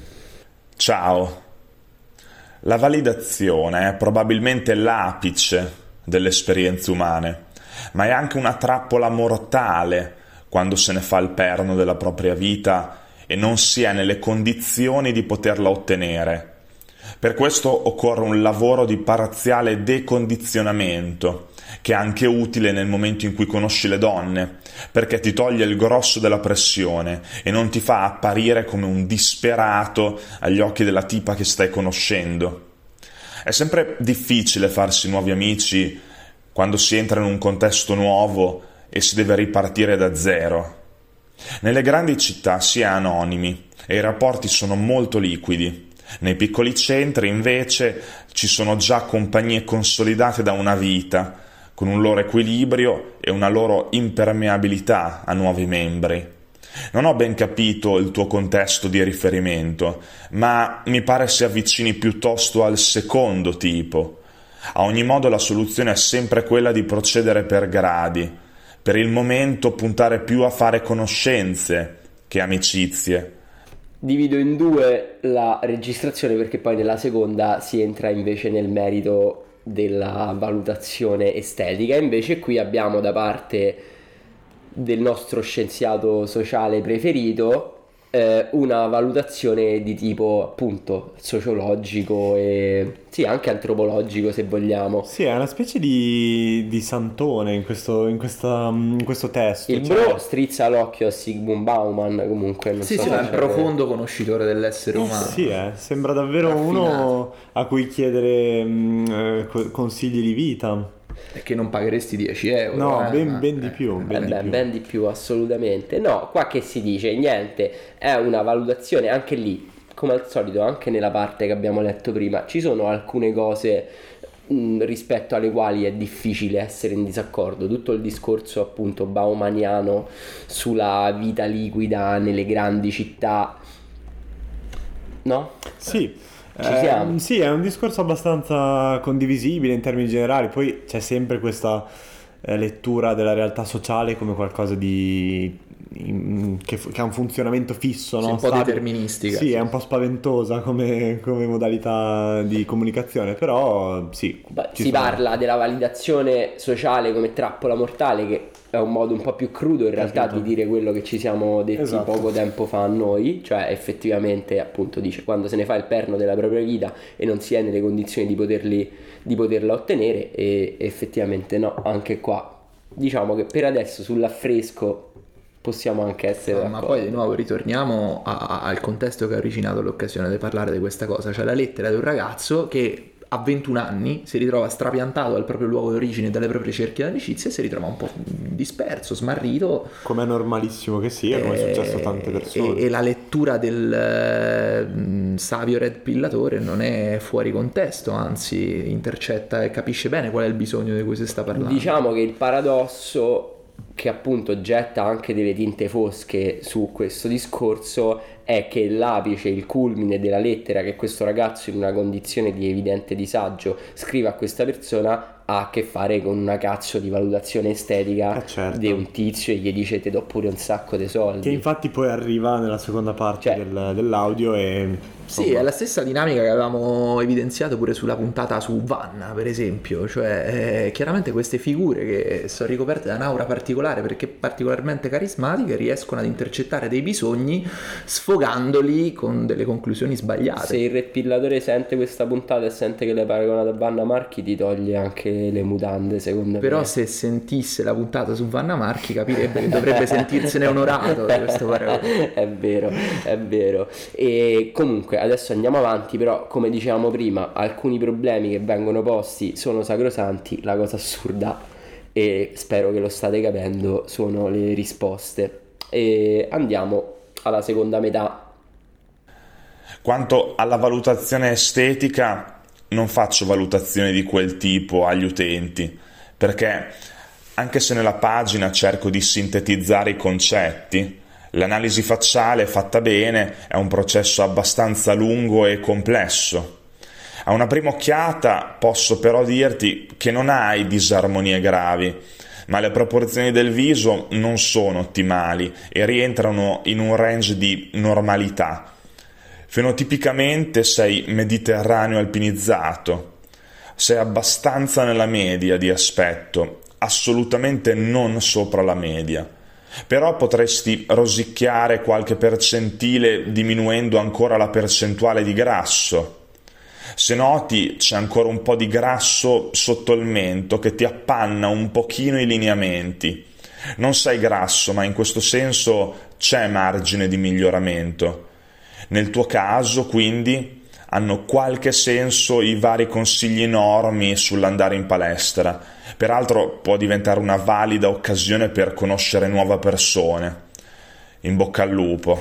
Speaker 6: Ciao. La validazione è probabilmente l'apice delle esperienze umane, ma è anche una trappola mortale quando se ne fa il perno della propria vita e non si è nelle condizioni di poterla ottenere. Per questo occorre un lavoro di parziale decondizionamento, che è anche utile nel momento in cui conosci le donne, perché ti toglie il grosso della pressione e non ti fa apparire come un disperato agli occhi della tipa che stai conoscendo. È sempre difficile farsi nuovi amici quando si entra in un contesto nuovo e si deve ripartire da zero. Nelle grandi città si è anonimi e i rapporti sono molto liquidi. Nei piccoli centri, invece, ci sono già compagnie consolidate da una vita, con un loro equilibrio e una loro impermeabilità a nuovi membri. Non ho ben capito il tuo contesto di riferimento, ma mi pare si avvicini piuttosto al secondo tipo. A ogni modo la soluzione è sempre quella di procedere per gradi. Per il momento puntare più a fare conoscenze che amicizie.
Speaker 4: Divido in due la registrazione perché poi nella seconda si entra invece nel merito della valutazione estetica. Invece qui abbiamo da parte del nostro scienziato sociale preferito eh, una valutazione di tipo appunto sociologico e sì, anche antropologico se vogliamo.
Speaker 2: Sì, è una specie di, di santone in questo, in, questa, in questo testo.
Speaker 4: Il
Speaker 2: cioè...
Speaker 4: bro strizza l'occhio a Sigmund Bauman comunque. Non
Speaker 1: sì,
Speaker 4: so
Speaker 1: sì,
Speaker 4: se
Speaker 1: è un profondo conoscitore dell'essere umano.
Speaker 2: Sì, eh, sembra davvero
Speaker 1: raffinato.
Speaker 2: Uno a cui chiedere mh, eh, consigli di vita.
Speaker 1: E che non pagheresti dieci euro.
Speaker 2: No,
Speaker 1: eh,
Speaker 2: ben,
Speaker 1: ma...
Speaker 2: ben di più.
Speaker 1: Eh,
Speaker 2: Ben,
Speaker 4: eh
Speaker 2: di
Speaker 4: beh,
Speaker 2: più.
Speaker 4: ben di più, assolutamente. No, qua che si dice? Niente, è una valutazione anche lì, come al solito, anche nella parte che abbiamo letto prima. Ci sono alcune cose mh, rispetto alle quali è difficile essere in disaccordo. Tutto il discorso appunto baumaniano sulla vita liquida nelle grandi città, no?
Speaker 2: Sì.
Speaker 4: Ci siamo.
Speaker 2: Eh, sì, è un discorso abbastanza condivisibile in termini generali, poi c'è sempre questa eh, lettura della realtà sociale come qualcosa di in, che, che ha un funzionamento fisso,
Speaker 1: sì,
Speaker 2: no?
Speaker 1: un po'
Speaker 2: Stabile.
Speaker 1: deterministica.
Speaker 2: Sì,
Speaker 1: sì.
Speaker 2: è un po' spaventosa come, come modalità di comunicazione, però sì.
Speaker 4: Beh,
Speaker 2: ci
Speaker 4: si
Speaker 2: sono.
Speaker 4: parla della validazione sociale come trappola mortale, che è un modo un po' più crudo in realtà
Speaker 2: Capito.
Speaker 4: di dire quello che ci siamo detti
Speaker 2: Esatto.
Speaker 4: poco tempo fa a noi, cioè effettivamente appunto dice quando se ne fa il perno della propria vita e non si è nelle condizioni di poterli di poterla ottenere, e effettivamente no, anche qua diciamo che per adesso sull'affresco possiamo anche essere
Speaker 1: No,
Speaker 4: d'accordo.
Speaker 1: ma poi di nuovo ritorniamo a- a- al contesto che ha originato l'occasione di parlare di questa cosa, cioè la lettera di un ragazzo che a ventuno anni si ritrova strapiantato dal proprio luogo di origine e dalle proprie cerchie d'amicizia e si ritrova un po' disperso, smarrito.
Speaker 2: Come è normalissimo che sia, come è successo a tante persone.
Speaker 1: E, e la lettura del eh, savio Red Pillatore non è fuori contesto, anzi intercetta e capisce bene qual è il bisogno di cui si sta parlando.
Speaker 4: Diciamo che il paradosso che appunto getta anche delle tinte fosche su questo discorso è che l'apice, il culmine della lettera che questo ragazzo in una condizione di evidente disagio scrive a questa persona ha a che fare con una cazzo di valutazione estetica
Speaker 2: Eh, certo.
Speaker 4: di un tizio e gli dice ti do pure un sacco di soldi.
Speaker 2: Che infatti poi arriva nella seconda parte
Speaker 4: Cioè-
Speaker 2: del- dell'audio e...
Speaker 1: Sì, è la stessa dinamica che avevamo evidenziato pure sulla puntata su Vanna, per esempio, cioè eh, chiaramente queste figure che sono ricoperte da un'aura particolare perché particolarmente carismatiche riescono ad intercettare dei bisogni sfogandoli con delle conclusioni sbagliate.
Speaker 4: Se il Red Pillatore sente questa puntata e sente che le paragonate a Vanna Marchi ti toglie anche le mutande, secondo
Speaker 1: Però
Speaker 4: me.
Speaker 1: se sentisse la puntata su Vanna Marchi capirebbe che dovrebbe sentirsene onorato di questo paragone.
Speaker 4: È vero, è vero. E comunque adesso andiamo avanti, però come dicevamo prima, alcuni problemi che vengono posti sono sacrosanti, la cosa assurda, e spero che lo state capendo, sono le risposte. E andiamo alla seconda metà.
Speaker 6: Quanto alla valutazione estetica, non faccio valutazioni di quel tipo agli utenti, perché anche se nella pagina cerco di sintetizzare i concetti, l'analisi facciale fatta bene è un processo abbastanza lungo e complesso. A una prima occhiata posso però dirti che non hai disarmonie gravi, ma le proporzioni del viso non sono ottimali e rientrano in un range di normalità. Fenotipicamente sei mediterraneo alpinizzato, sei abbastanza nella media di aspetto, assolutamente non sopra la media. Però potresti rosicchiare qualche percentile diminuendo ancora la percentuale di grasso. Se noti c'è ancora un po' di grasso sotto il mento che ti appanna un pochino i lineamenti. Non sei grasso, ma in questo senso c'è margine di miglioramento. Nel tuo caso, quindi, hanno qualche senso i vari consigli enormi sull'andare in palestra. Peraltro può diventare una valida occasione per conoscere nuove persone. In bocca al lupo.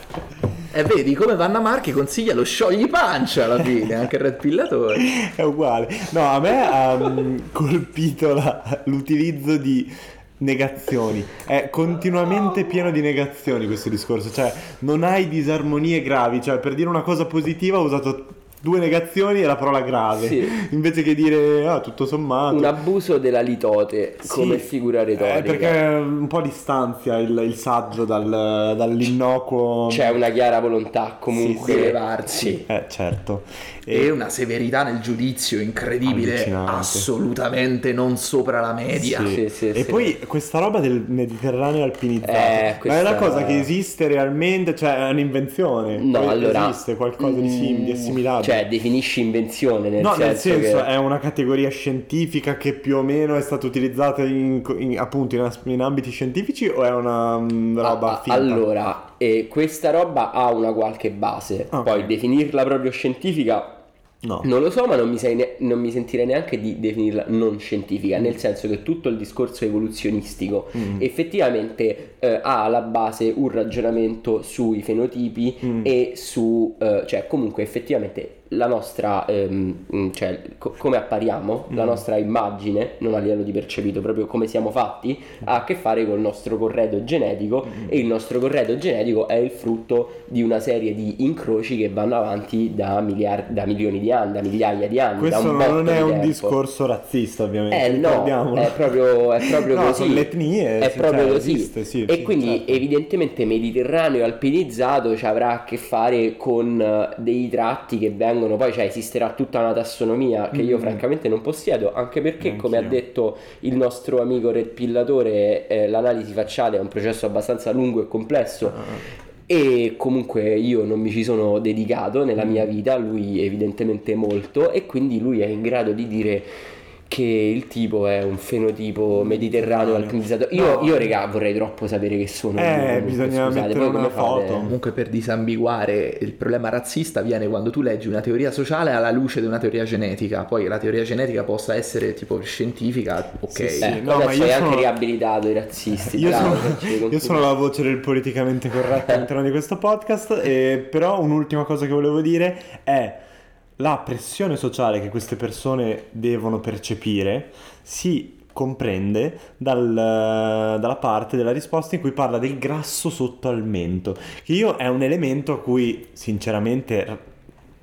Speaker 1: E vedi come Vanna Marchi consiglia lo sciogli pancia alla fine, anche il Red Pillatore.
Speaker 2: È uguale. No, a me ha um, colpito la- l'utilizzo di negazioni. È continuamente pieno di negazioni questo discorso. Cioè, non hai disarmonie gravi. Cioè, per dire una cosa positiva ha usato due negazioni e la parola grave.
Speaker 4: Sì.
Speaker 2: Invece che dire, ah, tutto sommato.
Speaker 4: Un abuso della litote
Speaker 2: Sì.
Speaker 4: come figura retorica.
Speaker 2: Eh, perché un po' distanzia il, il saggio dal, dall'innocuo.
Speaker 4: C'è una chiara volontà comunque
Speaker 1: Sì, di levarsi.
Speaker 4: Sì.
Speaker 2: Eh, certo.
Speaker 1: E una severità nel giudizio incredibile,
Speaker 2: Allucinante.
Speaker 1: assolutamente non sopra la media.
Speaker 2: Sì.
Speaker 4: Sì, sì,
Speaker 2: e
Speaker 4: sì.
Speaker 2: poi questa roba del Mediterraneo alpinizzato,
Speaker 4: Eh,
Speaker 2: ma
Speaker 4: questa-
Speaker 2: è una cosa che esiste realmente, cioè è un'invenzione?
Speaker 4: No,
Speaker 2: Poi
Speaker 4: allora
Speaker 2: esiste qualcosa di, sim- di assimilabile?
Speaker 4: Cioè, definisci invenzione nel
Speaker 2: no,
Speaker 4: senso,
Speaker 2: nel senso
Speaker 4: che
Speaker 2: è una categoria scientifica che più o meno è stata utilizzata in, in- appunto in, as- in ambiti scientifici o è una mm, roba
Speaker 4: Ah,
Speaker 2: finta?
Speaker 4: allora, eh, questa roba ha una qualche base.
Speaker 2: Ok.
Speaker 4: Poi definirla proprio scientifica
Speaker 2: No.
Speaker 4: non lo so, ma non mi, sei ne- non mi sentirei neanche di definirla non scientifica, nel senso che tutto il discorso evoluzionistico
Speaker 2: Mm.
Speaker 4: effettivamente eh, ha alla base un ragionamento sui fenotipi
Speaker 2: Mm.
Speaker 4: e su, eh, cioè comunque effettivamente la nostra, ehm, mm, cioè co- come appariamo,
Speaker 2: Mm.
Speaker 4: la nostra immagine, non a livello di percepito, proprio come siamo fatti, ha a che fare col nostro corredo genetico
Speaker 2: Mm.
Speaker 4: e il nostro corredo genetico è il frutto di una serie di incroci che vanno avanti da, miliar- da milioni di anni, da migliaia di anni.
Speaker 2: Questo
Speaker 4: da un botto
Speaker 2: non è
Speaker 4: di
Speaker 2: un
Speaker 4: tempo.
Speaker 2: discorso razzista, ovviamente.
Speaker 4: Eh no,
Speaker 2: ricordiamolo.
Speaker 4: è proprio, è proprio
Speaker 2: No,
Speaker 4: così.
Speaker 2: sono le etnie,
Speaker 4: È
Speaker 2: sì,
Speaker 4: proprio
Speaker 2: cioè,
Speaker 4: così.
Speaker 2: esiste, sì,
Speaker 4: e
Speaker 2: sì,
Speaker 4: quindi
Speaker 2: certo.
Speaker 4: evidentemente mediterraneo alpinizzato ci avrà a che fare con eh, dei tratti che vengono, poi cioè esisterà tutta una tassonomia che io
Speaker 2: Mm.
Speaker 4: francamente non possiedo, anche perché
Speaker 2: Neanch'io.
Speaker 4: come ha detto il nostro amico Red Pillatore, eh, l'analisi facciale è un processo abbastanza lungo e complesso.
Speaker 2: Ah.
Speaker 4: E comunque io non mi ci sono dedicato nella
Speaker 2: Mm.
Speaker 4: mia vita, lui evidentemente molto, e quindi lui è in grado di dire che il tipo è un fenotipo mediterraneo alpinizzato. Io,
Speaker 2: No.
Speaker 4: io regà, vorrei troppo sapere che sono.
Speaker 2: Eh,
Speaker 4: io, comunque,
Speaker 2: bisogna
Speaker 4: scusate,
Speaker 2: mettere
Speaker 4: voi
Speaker 2: una
Speaker 4: come fate?
Speaker 2: foto.
Speaker 1: Comunque, per disambiguare, il problema razzista viene quando tu leggi una teoria sociale alla luce di una teoria genetica. Poi che la teoria genetica possa essere tipo scientifica, ok.
Speaker 2: Sì, sì.
Speaker 4: Eh,
Speaker 2: No,
Speaker 4: adesso
Speaker 2: ma io
Speaker 4: hai
Speaker 2: sono-
Speaker 4: anche riabilitato i razzisti.
Speaker 2: Io
Speaker 4: bravo,
Speaker 2: sono,
Speaker 4: facci
Speaker 2: io
Speaker 4: continui.
Speaker 2: sono la voce del politicamente corretto all'interno di questo podcast, e però un'ultima cosa che volevo dire è la pressione sociale che queste persone devono percepire si comprende dal- dalla parte della risposta in cui parla del grasso sotto al mento, che io è un elemento a cui sinceramente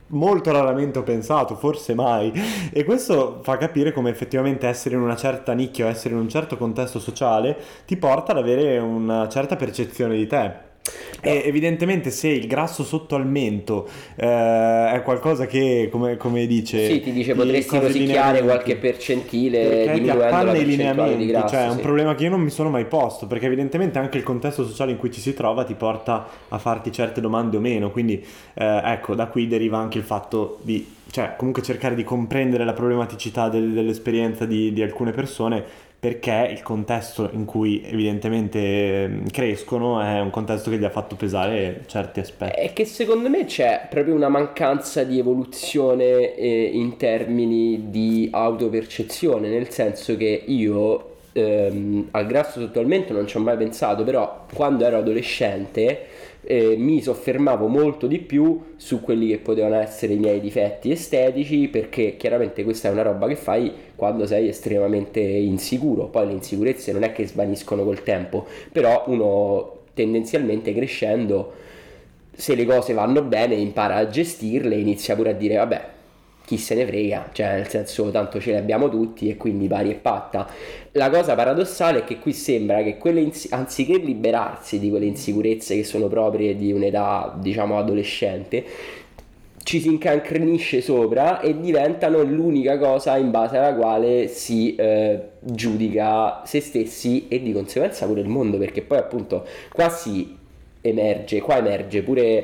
Speaker 2: molto raramente ho pensato, forse mai, e questo fa capire come effettivamente essere in una certa nicchia o essere in un certo contesto sociale ti porta ad avere una certa percezione di te. E evidentemente se il grasso sotto al mento eh, è qualcosa che, come, come dice,
Speaker 4: sì, ti dice potresti rosicchiare qualche percentile diminuendo la percentuale di grasso,
Speaker 2: cioè è
Speaker 4: sì.
Speaker 2: un problema che io non mi sono mai posto, perché evidentemente anche il contesto sociale in cui ci si trova ti porta a farti certe domande o meno, quindi eh, ecco, da qui deriva anche il fatto di, cioè comunque cercare di comprendere la problematicità del, dell'esperienza di, di alcune persone, perché il contesto in cui evidentemente crescono è un contesto che gli ha fatto pesare certi aspetti.
Speaker 4: È che secondo me c'è proprio una mancanza di evoluzione eh, in termini di autopercezione, nel senso che io ehm, al grasso sotto al mento non ci ho mai pensato, però quando ero adolescente Eh, mi soffermavo molto di più su quelli che potevano essere i miei difetti estetici, perché chiaramente questa è una roba che fai quando sei estremamente insicuro. Poi le insicurezze non è che svaniscono col tempo, però uno tendenzialmente crescendo, se le cose vanno bene, impara a gestirle e inizia pure a dire vabbè, chi se ne frega, cioè nel senso tanto ce le abbiamo tutti e quindi pari e patta. La cosa paradossale è che qui sembra che quelle ins- anziché liberarsi di quelle insicurezze che sono proprie di un'età diciamo adolescente, ci si incancrenisce sopra e diventano l'unica cosa in base alla quale si eh, giudica se stessi e di conseguenza pure il mondo, perché poi appunto qua si emerge, qua emerge pure,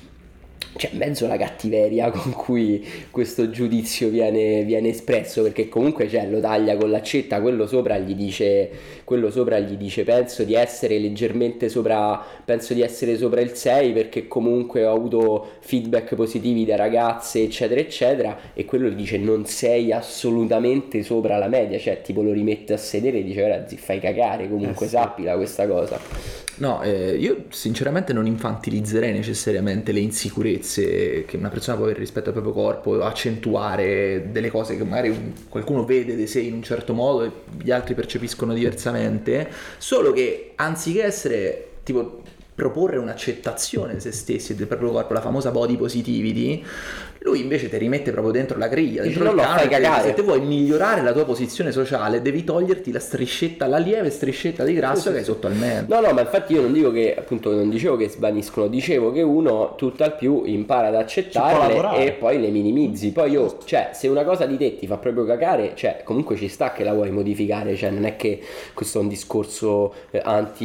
Speaker 4: c'è cioè, mezzo la cattiveria con cui questo giudizio viene, viene espresso, perché comunque cioè, lo taglia con l'accetta, quello sopra gli dice quello sopra gli dice penso di essere leggermente sopra penso di essere sopra il sei perché comunque ho avuto feedback positivi da ragazze eccetera eccetera, e quello gli dice non sei assolutamente sopra la media, cioè tipo lo rimette a sedere e dice ora zi fai cagare, comunque eh sì. Sappila questa cosa.
Speaker 1: No, eh, io sinceramente non infantilizzerei necessariamente le insicurezze che una persona può avere rispetto al proprio corpo, accentuare delle cose che magari qualcuno vede di sé in un certo modo e gli altri percepiscono diversamente, solo che anziché essere tipo proporre un'accettazione di se stessi e del proprio corpo, la famosa body positivity, lui invece ti rimette proprio dentro la griglia, dentro il cane. Se te vuoi migliorare la tua posizione sociale devi toglierti la striscetta, la lieve striscetta di grasso sì, che hai sotto al mento.
Speaker 4: No no, ma infatti io non dico che, appunto non dicevo che svaniscono, dicevo che uno tutto al più impara ad accettarle e poi le minimizzi. Poi io, cioè se una cosa di te ti fa proprio cagare, cioè comunque ci sta che la vuoi modificare, cioè non è che questo è un discorso eh,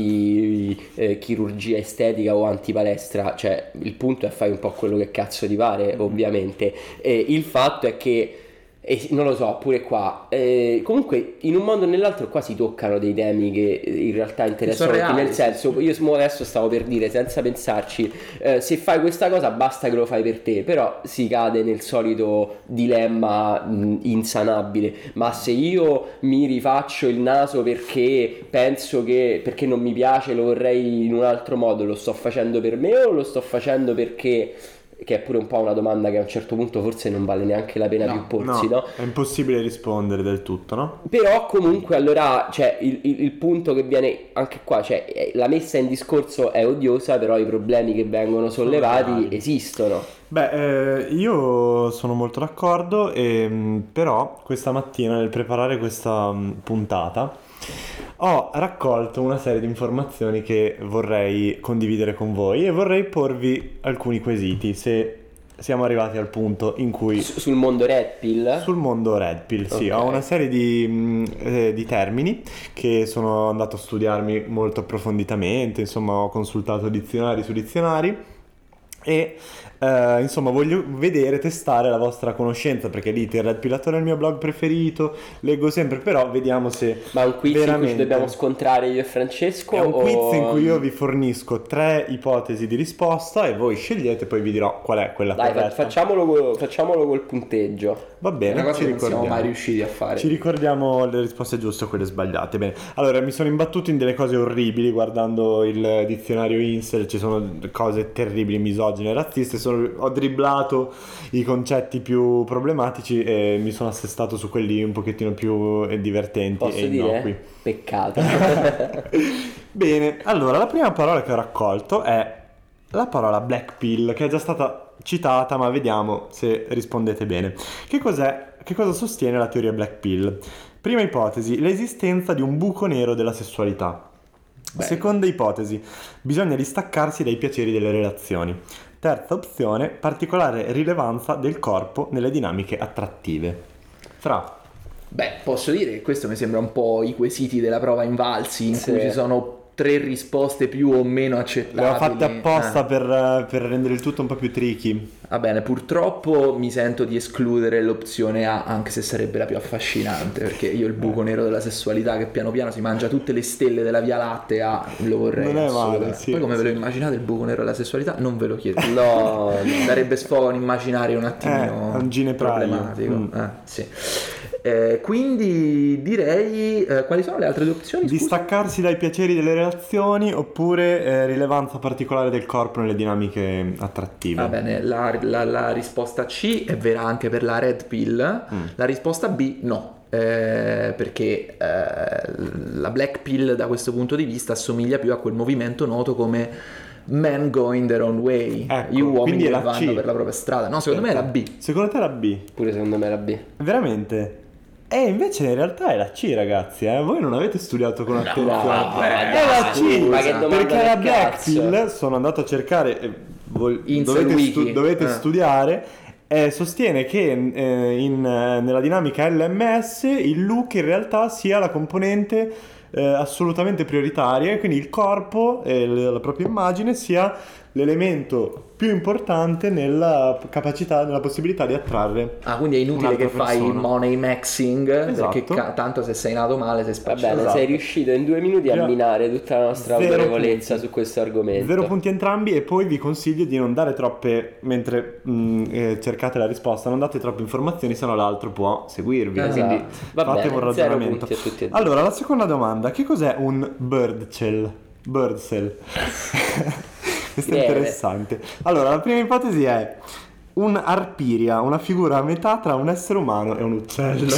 Speaker 4: anti eh, chirurgia estetica o anti palestra, cioè il punto è fare un po' quello che cazzo ti pare, mm-hmm. ovviamente. E il fatto è che eh, non lo so, pure qua eh, comunque in un modo o nell'altro qua si toccano dei temi che in realtà interessano, reali, nel senso io adesso stavo per dire senza pensarci eh, se fai questa cosa basta che lo fai per te, però si cade nel solito dilemma mh, insanabile, ma se io mi rifaccio il naso perché penso che perché non mi piace, lo vorrei in un altro modo, lo sto facendo per me o lo sto facendo perché, che è pure un po' una domanda che a un certo punto forse non vale neanche la pena no, più porsi, no, no?
Speaker 2: È impossibile rispondere del tutto, no?
Speaker 4: Però comunque allora, cioè, il, il, il punto che viene anche qua, cioè, la messa in discorso è odiosa, però i problemi che vengono sollevati esistono.
Speaker 2: Beh, eh, io sono molto d'accordo, e, però questa mattina nel preparare questa mh, puntata ho raccolto una serie di informazioni che vorrei condividere con voi e vorrei porvi alcuni quesiti, se siamo arrivati al punto in cui...
Speaker 4: S- sul mondo Red Pill?
Speaker 2: Sul mondo Red Pill, sì. Okay. Ho una serie di, mh, eh, di termini che sono andato a studiarmi molto approfonditamente, insomma ho consultato dizionari su dizionari e Uh, insomma voglio vedere, testare la vostra conoscenza, perché dite il Red Pillatore è il mio blog preferito, leggo sempre, però vediamo se
Speaker 4: ma è un quiz
Speaker 2: veramente...
Speaker 4: in cui ci dobbiamo scontrare io e Francesco?
Speaker 2: È un
Speaker 4: o...
Speaker 2: quiz in cui io vi fornisco tre ipotesi di risposta e voi scegliete, poi vi dirò qual è quella
Speaker 4: Dai,
Speaker 2: corretta.
Speaker 4: Facciamolo, facciamolo col punteggio.
Speaker 2: Va bene,
Speaker 1: è una cosa
Speaker 2: ci
Speaker 1: che non
Speaker 2: ricordiamo.
Speaker 1: siamo mai riusciti a fare.
Speaker 2: Ci ricordiamo le risposte giuste o quelle sbagliate. Bene, allora mi sono imbattuto in delle cose orribili guardando il dizionario Insel, ci sono cose terribili, misogine e razziste, sono... ho dribblato i concetti più problematici e mi sono assestato su quelli un pochettino più divertenti.
Speaker 4: Posso
Speaker 2: e
Speaker 4: dire?
Speaker 2: innocui.
Speaker 4: Peccato.
Speaker 2: Bene, allora la prima parola che ho raccolto è la parola black pill, che è già stata citata, ma vediamo se rispondete bene. Che cos'è, che cosa sostiene la teoria Black Pill? Prima ipotesi, l'esistenza di un buco nero della sessualità.
Speaker 1: Beh.
Speaker 2: Seconda ipotesi, bisogna distaccarsi dai piaceri delle relazioni. Terza opzione, particolare rilevanza del corpo nelle dinamiche attrattive. Fra.
Speaker 1: Beh, posso dire che questo mi sembra un po' i quesiti della prova Invalsi, in
Speaker 4: Sì.
Speaker 1: cui ci sono tre risposte più o meno accettabili.
Speaker 2: Le ho fatte apposta
Speaker 1: Eh.
Speaker 2: per, per rendere il tutto un po' più tricky.
Speaker 1: Va bene, purtroppo mi sento di escludere l'opzione A, anche se sarebbe la più affascinante, perché io il buco nero della sessualità che piano piano si mangia tutte le stelle della Via Lattea lo vorrei.
Speaker 2: Non è male,
Speaker 1: assolutamente.
Speaker 2: sì,
Speaker 1: Poi come
Speaker 2: sì.
Speaker 1: ve lo immaginate il buco nero della sessualità? Non ve lo chiedo.
Speaker 4: No,
Speaker 1: Darebbe sfogo a un immaginario un attimino
Speaker 2: Eh, un ginepraio.
Speaker 1: problematico.
Speaker 2: Mm.
Speaker 1: Eh, sì. Eh, quindi direi eh, quali sono le altre due opzioni? scusa?
Speaker 2: Distaccarsi dai piaceri delle relazioni oppure eh, rilevanza particolare del corpo nelle dinamiche attrattive.
Speaker 1: Va bene, la, la- la risposta C è vera anche per la red pill,
Speaker 2: Mm.
Speaker 1: la risposta B no, eh, perché eh, la black pill da questo punto di vista assomiglia più a quel movimento noto come men going their own way,
Speaker 2: Ecco,
Speaker 1: gli uomini
Speaker 2: quindi è
Speaker 1: che
Speaker 2: la
Speaker 1: vanno
Speaker 2: C.
Speaker 1: per la propria strada. No, secondo me è la B.
Speaker 2: Secondo te è la B?
Speaker 4: pure secondo me la B.
Speaker 2: Veramente? E invece in realtà è la C, ragazzi, eh? Voi non avete studiato con attenzione.
Speaker 4: vabbè,
Speaker 2: è la
Speaker 4: dai,
Speaker 2: C,
Speaker 4: ma che domanda
Speaker 2: perché
Speaker 4: del
Speaker 2: la Black
Speaker 4: cazzo.
Speaker 2: Pill, sono andato a cercare, eh, vol-
Speaker 1: Incel
Speaker 2: dovete,
Speaker 1: Wiki.
Speaker 2: stu- dovete
Speaker 1: Eh.
Speaker 2: studiare, eh, sostiene che eh, in, eh, nella dinamica L M S il look in realtà sia la componente eh, assolutamente prioritaria, e quindi il corpo e l- la propria immagine sia l'elemento più importante nella capacità, nella possibilità di attrarre.
Speaker 1: Ah, quindi è inutile
Speaker 2: un'altra
Speaker 1: che fai
Speaker 2: persona.
Speaker 1: money maxing,
Speaker 2: Esatto.
Speaker 1: perché ca- tanto se sei nato male sei
Speaker 4: Va
Speaker 1: spacciato.
Speaker 4: bene,
Speaker 2: Esatto.
Speaker 4: sei riuscito in due minuti a
Speaker 2: Già.
Speaker 4: minare tutta la nostra
Speaker 2: Zero
Speaker 4: autorevolezza
Speaker 2: punti.
Speaker 4: su questo argomento.
Speaker 2: Zero punti entrambi, e poi vi consiglio di non dare troppe, mentre mh, eh, cercate la risposta, non date troppe informazioni, sennò l'altro può seguirvi.
Speaker 1: Esatto.
Speaker 2: Quindi
Speaker 4: Va
Speaker 2: fate
Speaker 4: bene,
Speaker 2: un
Speaker 4: zero
Speaker 2: ragionamento.
Speaker 4: punti a tutti e due.
Speaker 2: Allora, la seconda domanda, che cos'è un bird cell? Bird cell. Questo è
Speaker 4: Breve.
Speaker 2: interessante. Allora, la prima ipotesi è un'arpiria, una figura a metà tra un essere umano e un uccello.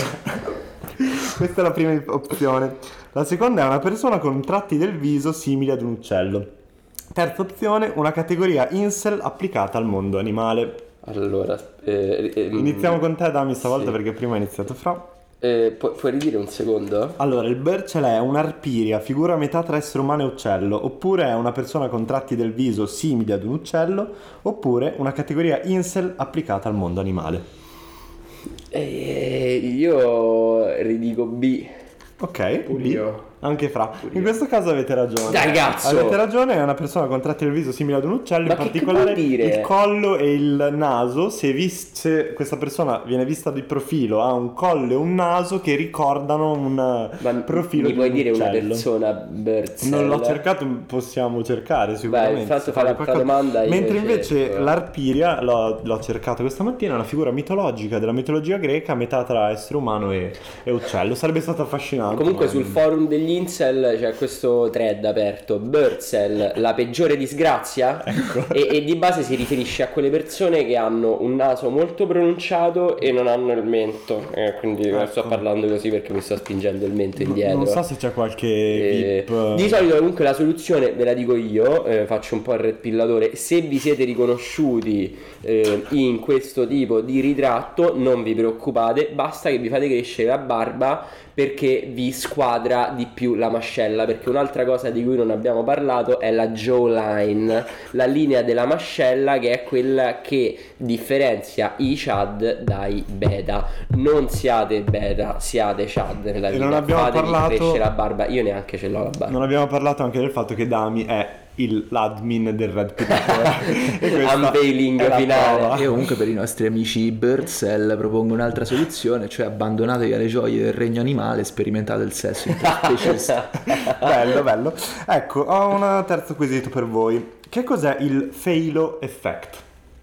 Speaker 2: Questa è la prima opzione. La seconda è una persona con tratti del viso simili ad un uccello. Terza opzione, una categoria incel applicata al mondo animale.
Speaker 4: Allora, eh, eh,
Speaker 2: Iniziamo con te, Dami, stavolta,
Speaker 4: sì.
Speaker 2: perché prima ha iniziato Fra.
Speaker 4: eh, pu- puoi ridire un secondo?
Speaker 2: Allora, il Burchell è un'arpiria, figura a metà tra essere umano e uccello, oppure è una persona con tratti del viso simili ad un uccello, oppure una categoria incel applicata al mondo animale.
Speaker 4: Eh, io ridico B.
Speaker 2: Ok,
Speaker 1: Pure
Speaker 2: B.
Speaker 1: io.
Speaker 2: Anche Fra. In questo caso avete ragione.
Speaker 4: Dai, cazzo!
Speaker 2: Avete ragione, è una persona con tratti del viso simili ad un uccello,
Speaker 4: Ma
Speaker 2: in
Speaker 4: che-
Speaker 2: particolare
Speaker 4: che vuol dire?
Speaker 2: il collo e il naso. Se, vis- se questa persona viene vista di profilo, ha un collo e un naso che ricordano un
Speaker 4: Ma
Speaker 2: profilo
Speaker 4: mi
Speaker 2: di
Speaker 4: puoi
Speaker 2: un
Speaker 4: dire una
Speaker 2: uccello.
Speaker 4: persona Birdsell?
Speaker 2: Non l'ho cercato, possiamo cercare sicuramente.
Speaker 4: intanto
Speaker 2: se
Speaker 4: fa la
Speaker 2: qualcosa-
Speaker 4: tua domanda, io
Speaker 2: Mentre invece
Speaker 4: cerco.
Speaker 2: l'arpiria, l'ho, l'ho cercato questa mattina, è una figura mitologica della mitologia greca, a metà tra essere umano e, e uccello. Sarebbe stato affascinante.
Speaker 4: Comunque
Speaker 2: ma-
Speaker 4: sul forum degli incel c'è questo thread aperto, Birdsell, la peggiore disgrazia,
Speaker 2: Ecco.
Speaker 4: e, e di base si riferisce a quelle persone che hanno un naso molto pronunciato e non hanno il mento, eh, quindi
Speaker 2: Ecco.
Speaker 4: sto parlando così perché mi sto spingendo il mento
Speaker 2: No-
Speaker 4: indietro.
Speaker 2: Non so se c'è qualche
Speaker 4: Eh,
Speaker 2: VIP.
Speaker 4: di solito comunque la soluzione ve la dico io, eh, faccio un po' il red pillatore. Se vi siete riconosciuti eh, in questo tipo di ritratto, non vi preoccupate, basta che vi fate crescere la barba, perché vi squadra di più la mascella. Perché un'altra cosa di cui non abbiamo parlato è la jawline, la linea della mascella, che è quella che differenzia i Chad dai beta. Non siate beta, siate Chad nella
Speaker 2: E
Speaker 4: vita.
Speaker 2: non abbiamo
Speaker 4: Fatevi
Speaker 2: parlato-
Speaker 4: crescere la barba. Io neanche ce l'ho la barba.
Speaker 2: Non abbiamo parlato anche del fatto che Dami è il, l'admin del Red Pillatore. E questa
Speaker 4: Unveiling
Speaker 2: è la
Speaker 4: finale.
Speaker 2: prova.
Speaker 1: E comunque per i nostri amici Birdsell propongo un'altra soluzione, cioè abbandonatevi alle gioie del regno animale e sperimentate il sesso interspeciesta.
Speaker 2: Bello, bello. Ecco, ho un terzo quesito per voi. Che cos'è il Falo Effect?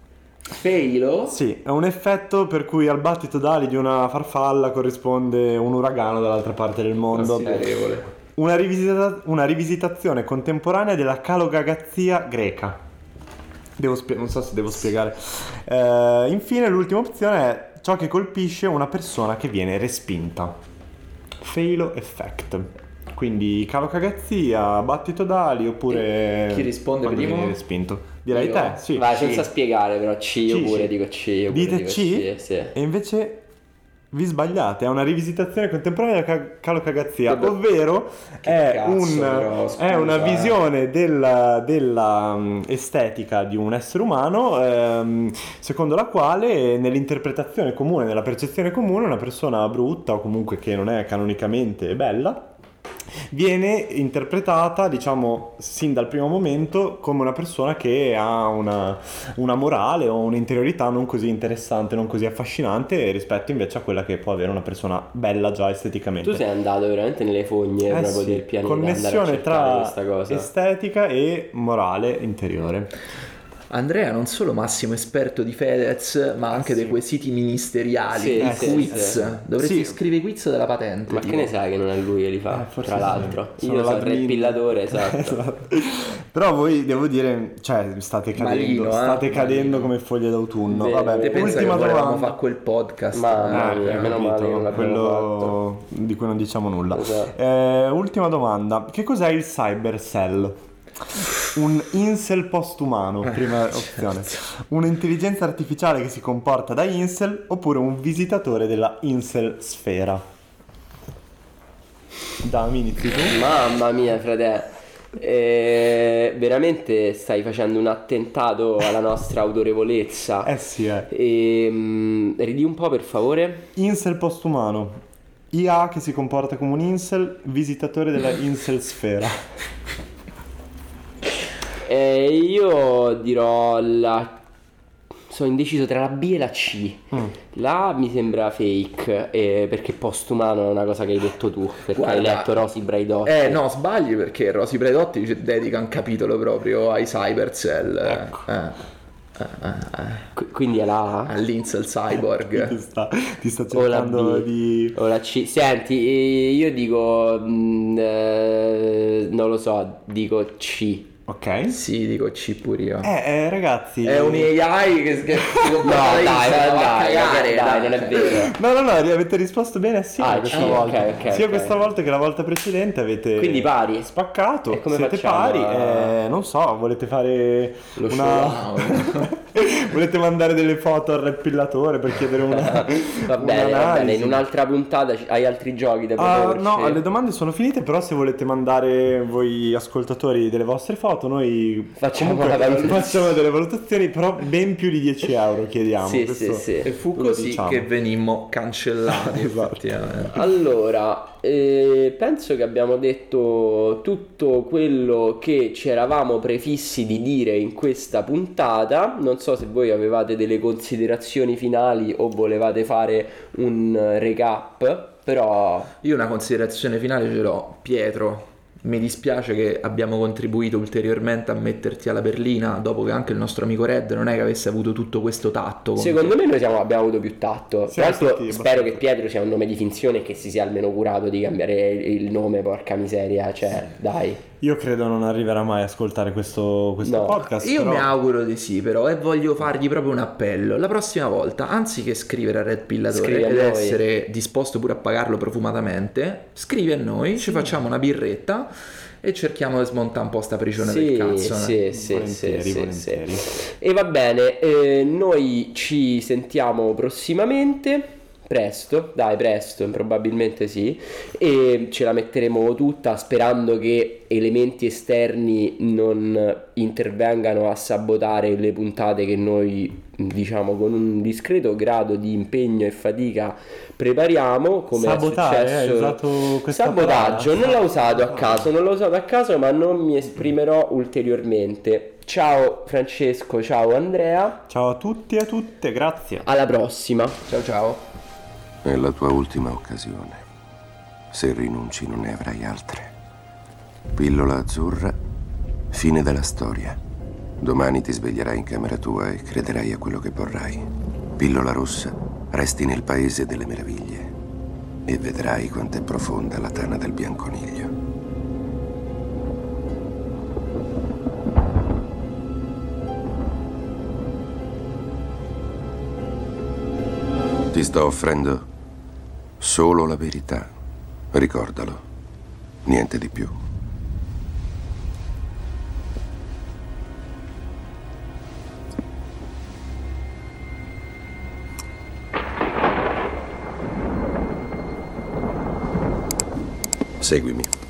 Speaker 1: Failo?
Speaker 2: Sì, è un effetto per cui al battito d'ali di una farfalla corrisponde un uragano dall'altra parte del mondo.
Speaker 1: Considerevole.
Speaker 2: Una, rivisita- una rivisitazione contemporanea della calogagazzia greca. Devo spie- non so se devo spiegare. Eh, infine, l'ultima opzione è ciò che colpisce una persona che viene respinta. Falo Effect. Quindi calo cagazzia, battito d'ali oppure...
Speaker 1: E chi risponde
Speaker 2: quando
Speaker 1: primo?
Speaker 2: viene respinto. Direi
Speaker 4: Io?
Speaker 2: te, sì.
Speaker 4: Vai,
Speaker 2: Sì.
Speaker 4: senza spiegare però, C, io
Speaker 2: Sì,
Speaker 4: pure
Speaker 2: sì.
Speaker 4: dico C. Io pure
Speaker 2: Dite
Speaker 4: dico
Speaker 2: C?
Speaker 4: Sì.
Speaker 2: E invece vi sbagliate, è una rivisitazione contemporanea della ca- calo cagazzia,
Speaker 4: Vabbè.
Speaker 2: ovvero
Speaker 4: Che
Speaker 2: è,
Speaker 4: cazzo,
Speaker 2: un,
Speaker 4: però, scusa,
Speaker 2: è una
Speaker 4: eh.
Speaker 2: visione della, della um, estetica di un essere umano, ehm, secondo la quale nell'interpretazione comune, nella percezione comune, una persona brutta o comunque che non è canonicamente bella viene interpretata, diciamo, sin dal primo momento come una persona che ha una, una morale o un'interiorità non così interessante, non così affascinante rispetto invece a quella che può avere una persona bella già esteticamente.
Speaker 4: Tu sei andato veramente nelle fogne
Speaker 2: Eh
Speaker 4: proprio
Speaker 2: sì,
Speaker 4: del pianeta, andare a
Speaker 2: connessione
Speaker 4: cercare
Speaker 2: tra
Speaker 4: questa cosa.
Speaker 2: estetica e morale interiore.
Speaker 1: Andrea non solo massimo esperto di Fedez, ma anche
Speaker 2: sì.
Speaker 1: dei quesiti ministeriali,
Speaker 4: Sì,
Speaker 1: i
Speaker 4: sì,
Speaker 1: quiz.
Speaker 4: sì.
Speaker 1: Dovresti
Speaker 2: Sì.
Speaker 1: scrivere i quiz della patente.
Speaker 4: Ma
Speaker 1: tipo.
Speaker 4: che ne sai che non è lui che li fa,
Speaker 2: Eh, forse
Speaker 4: tra
Speaker 2: sì.
Speaker 4: l'altro.
Speaker 2: Sono
Speaker 4: Io sono il
Speaker 2: l'admin.
Speaker 4: repillatore, esatto.
Speaker 2: Esatto. Però voi, devo dire, cioè state cadendo,
Speaker 1: Malino, eh?
Speaker 2: state cadendo
Speaker 1: Malino.
Speaker 2: come foglie d'autunno.
Speaker 4: Vero.
Speaker 2: Vabbè,
Speaker 1: Te pensa che
Speaker 2: ultima
Speaker 1: volevamo
Speaker 2: domanda.
Speaker 1: fare quel podcast?
Speaker 4: Ma-
Speaker 2: Ah,
Speaker 4: mia,
Speaker 2: ho
Speaker 4: meno
Speaker 2: capito,
Speaker 4: male che non l'abbiamo
Speaker 2: quello di cui non diciamo nulla.
Speaker 4: Esatto.
Speaker 2: Eh, ultima domanda. Che cos'è il cybercell? Un incel postumano, prima opzione. Un'intelligenza artificiale che si comporta da incel oppure un visitatore della incel sfera? Dammi, inizi tu.
Speaker 4: Mamma mia, frate. Eh, veramente stai facendo un attentato alla nostra autorevolezza.
Speaker 2: Eh sì, eh.
Speaker 4: E, ridi un po' per favore.
Speaker 2: Incel postumano. I A che si comporta come un incel, visitatore della incel sfera.
Speaker 4: Eh, io dirò la... Sono indeciso tra la B e la C.
Speaker 2: Mm.
Speaker 4: La A mi sembra fake, eh, perché postumano è una cosa che hai detto tu, perché hai
Speaker 1: Guarda,
Speaker 4: letto Rosy Braidotti.
Speaker 1: Eh no, sbagli perché Rosy Braidotti ci dedica un capitolo proprio ai cybercell.
Speaker 2: Ecco.
Speaker 1: Eh, eh, eh, eh,
Speaker 4: Qu- quindi è la A?
Speaker 1: all'incel cyborg.
Speaker 2: Ti sta, ti sta
Speaker 4: O la
Speaker 2: cercando
Speaker 4: B
Speaker 2: di...
Speaker 4: o la C. Senti, eh, io dico mh, eh, non lo so, dico C.
Speaker 2: Ok.
Speaker 1: Sì, dico C pure io.
Speaker 2: Eh, eh, ragazzi...
Speaker 1: È un A I che, che si
Speaker 4: No,
Speaker 1: comporta da
Speaker 4: dai,
Speaker 1: incel,
Speaker 4: dai,
Speaker 1: va a
Speaker 4: dai,
Speaker 1: cagare,
Speaker 4: dai, non è vero.
Speaker 2: No, no, no, avete risposto bene assieme
Speaker 4: Ah,
Speaker 2: questa
Speaker 4: sì,
Speaker 2: volta.
Speaker 4: ok, ok,
Speaker 2: Sia
Speaker 4: ok.
Speaker 2: questa volta che la volta precedente avete
Speaker 4: Quindi pari.
Speaker 2: spaccato.
Speaker 4: E come
Speaker 2: Siete
Speaker 4: facciamo
Speaker 2: pari.
Speaker 4: a-
Speaker 2: Eh, non so, volete fare
Speaker 1: Lo
Speaker 2: una...
Speaker 1: showdown.
Speaker 2: volete mandare delle foto al repillatore per chiedere una
Speaker 4: Va bene, va bene,
Speaker 2: un'analisi?
Speaker 4: in un'altra puntata ci- hai altri giochi da
Speaker 2: Ah,
Speaker 4: proporci?
Speaker 2: no, le domande sono finite, però se volete mandare voi ascoltatori delle vostre foto, noi
Speaker 4: Facciamo
Speaker 2: comunque
Speaker 4: la valutazione.
Speaker 2: facciamo delle valutazioni, però ben più di dieci euro chiediamo.
Speaker 4: Sì,
Speaker 2: questo
Speaker 4: sì, sì.
Speaker 1: E fu
Speaker 2: lo
Speaker 1: così
Speaker 2: diciamo.
Speaker 1: che venimmo cancellati,
Speaker 2: Esatto.
Speaker 1: effettivamente.
Speaker 4: Allora, eh, penso che abbiamo detto tutto quello che ci eravamo prefissi di dire in questa puntata. Non so se voi avevate delle considerazioni finali o volevate fare un recap, però
Speaker 1: Io una considerazione finale ce l'ho. Pietro, mi dispiace che abbiamo contribuito ulteriormente a metterti alla berlina dopo che anche il nostro amico Red non è che avesse avuto tutto questo tatto con
Speaker 4: secondo
Speaker 1: te.
Speaker 4: me noi siamo- abbiamo avuto più tatto. Tra
Speaker 2: Siamo
Speaker 4: l'altro
Speaker 2: stati
Speaker 4: spero
Speaker 2: abbastanza-
Speaker 4: che Pietro sia un nome di finzione e che si sia almeno curato di cambiare il nome, porca miseria, cioè dai.
Speaker 2: Io credo non arriverà mai a ascoltare questo, questo
Speaker 4: No.
Speaker 2: podcast.
Speaker 1: Io
Speaker 2: però...
Speaker 1: mi auguro di sì, però, e voglio fargli proprio un appello. La prossima volta, anziché scrivere a Red Pillatore
Speaker 4: Scrivi a
Speaker 1: ed
Speaker 4: noi.
Speaker 1: essere disposto pure a pagarlo profumatamente, scrivi a noi, ci facciamo una birretta e cerchiamo di smontare un po' sta prigione
Speaker 4: Sì,
Speaker 1: del cazzo.
Speaker 4: sì,
Speaker 1: eh.
Speaker 4: sì,
Speaker 2: Volentieri,
Speaker 4: sì, sì,
Speaker 2: volentieri.
Speaker 4: sì. E va bene, eh, noi ci sentiamo prossimamente. Presto, dai, presto, probabilmente sì, e ce la metteremo tutta sperando che elementi esterni non intervengano a sabotare le puntate che noi, diciamo, con un discreto grado di impegno e fatica prepariamo, come
Speaker 2: Sabotare,
Speaker 4: è successo.
Speaker 2: hai usato questa
Speaker 4: Sabotaggio,
Speaker 2: parola?
Speaker 4: non l'ho usato a caso, non l'ho usato a caso, ma non mi esprimerò ulteriormente. Ciao Francesco, ciao Andrea,
Speaker 2: Ciao a tutti e a tutte, grazie.
Speaker 4: alla prossima.
Speaker 1: Ciao ciao.
Speaker 7: È la tua ultima occasione. Se rinunci non ne avrai altre. Pillola azzurra, fine della storia. Domani ti sveglierai in camera tua e crederai a quello che vorrai. Pillola rossa, resti nel paese delle meraviglie e vedrai quanto è profonda la tana del bianconiglio. Ti sto offrendo solo la verità. Ricordalo. Niente di più. Seguimi.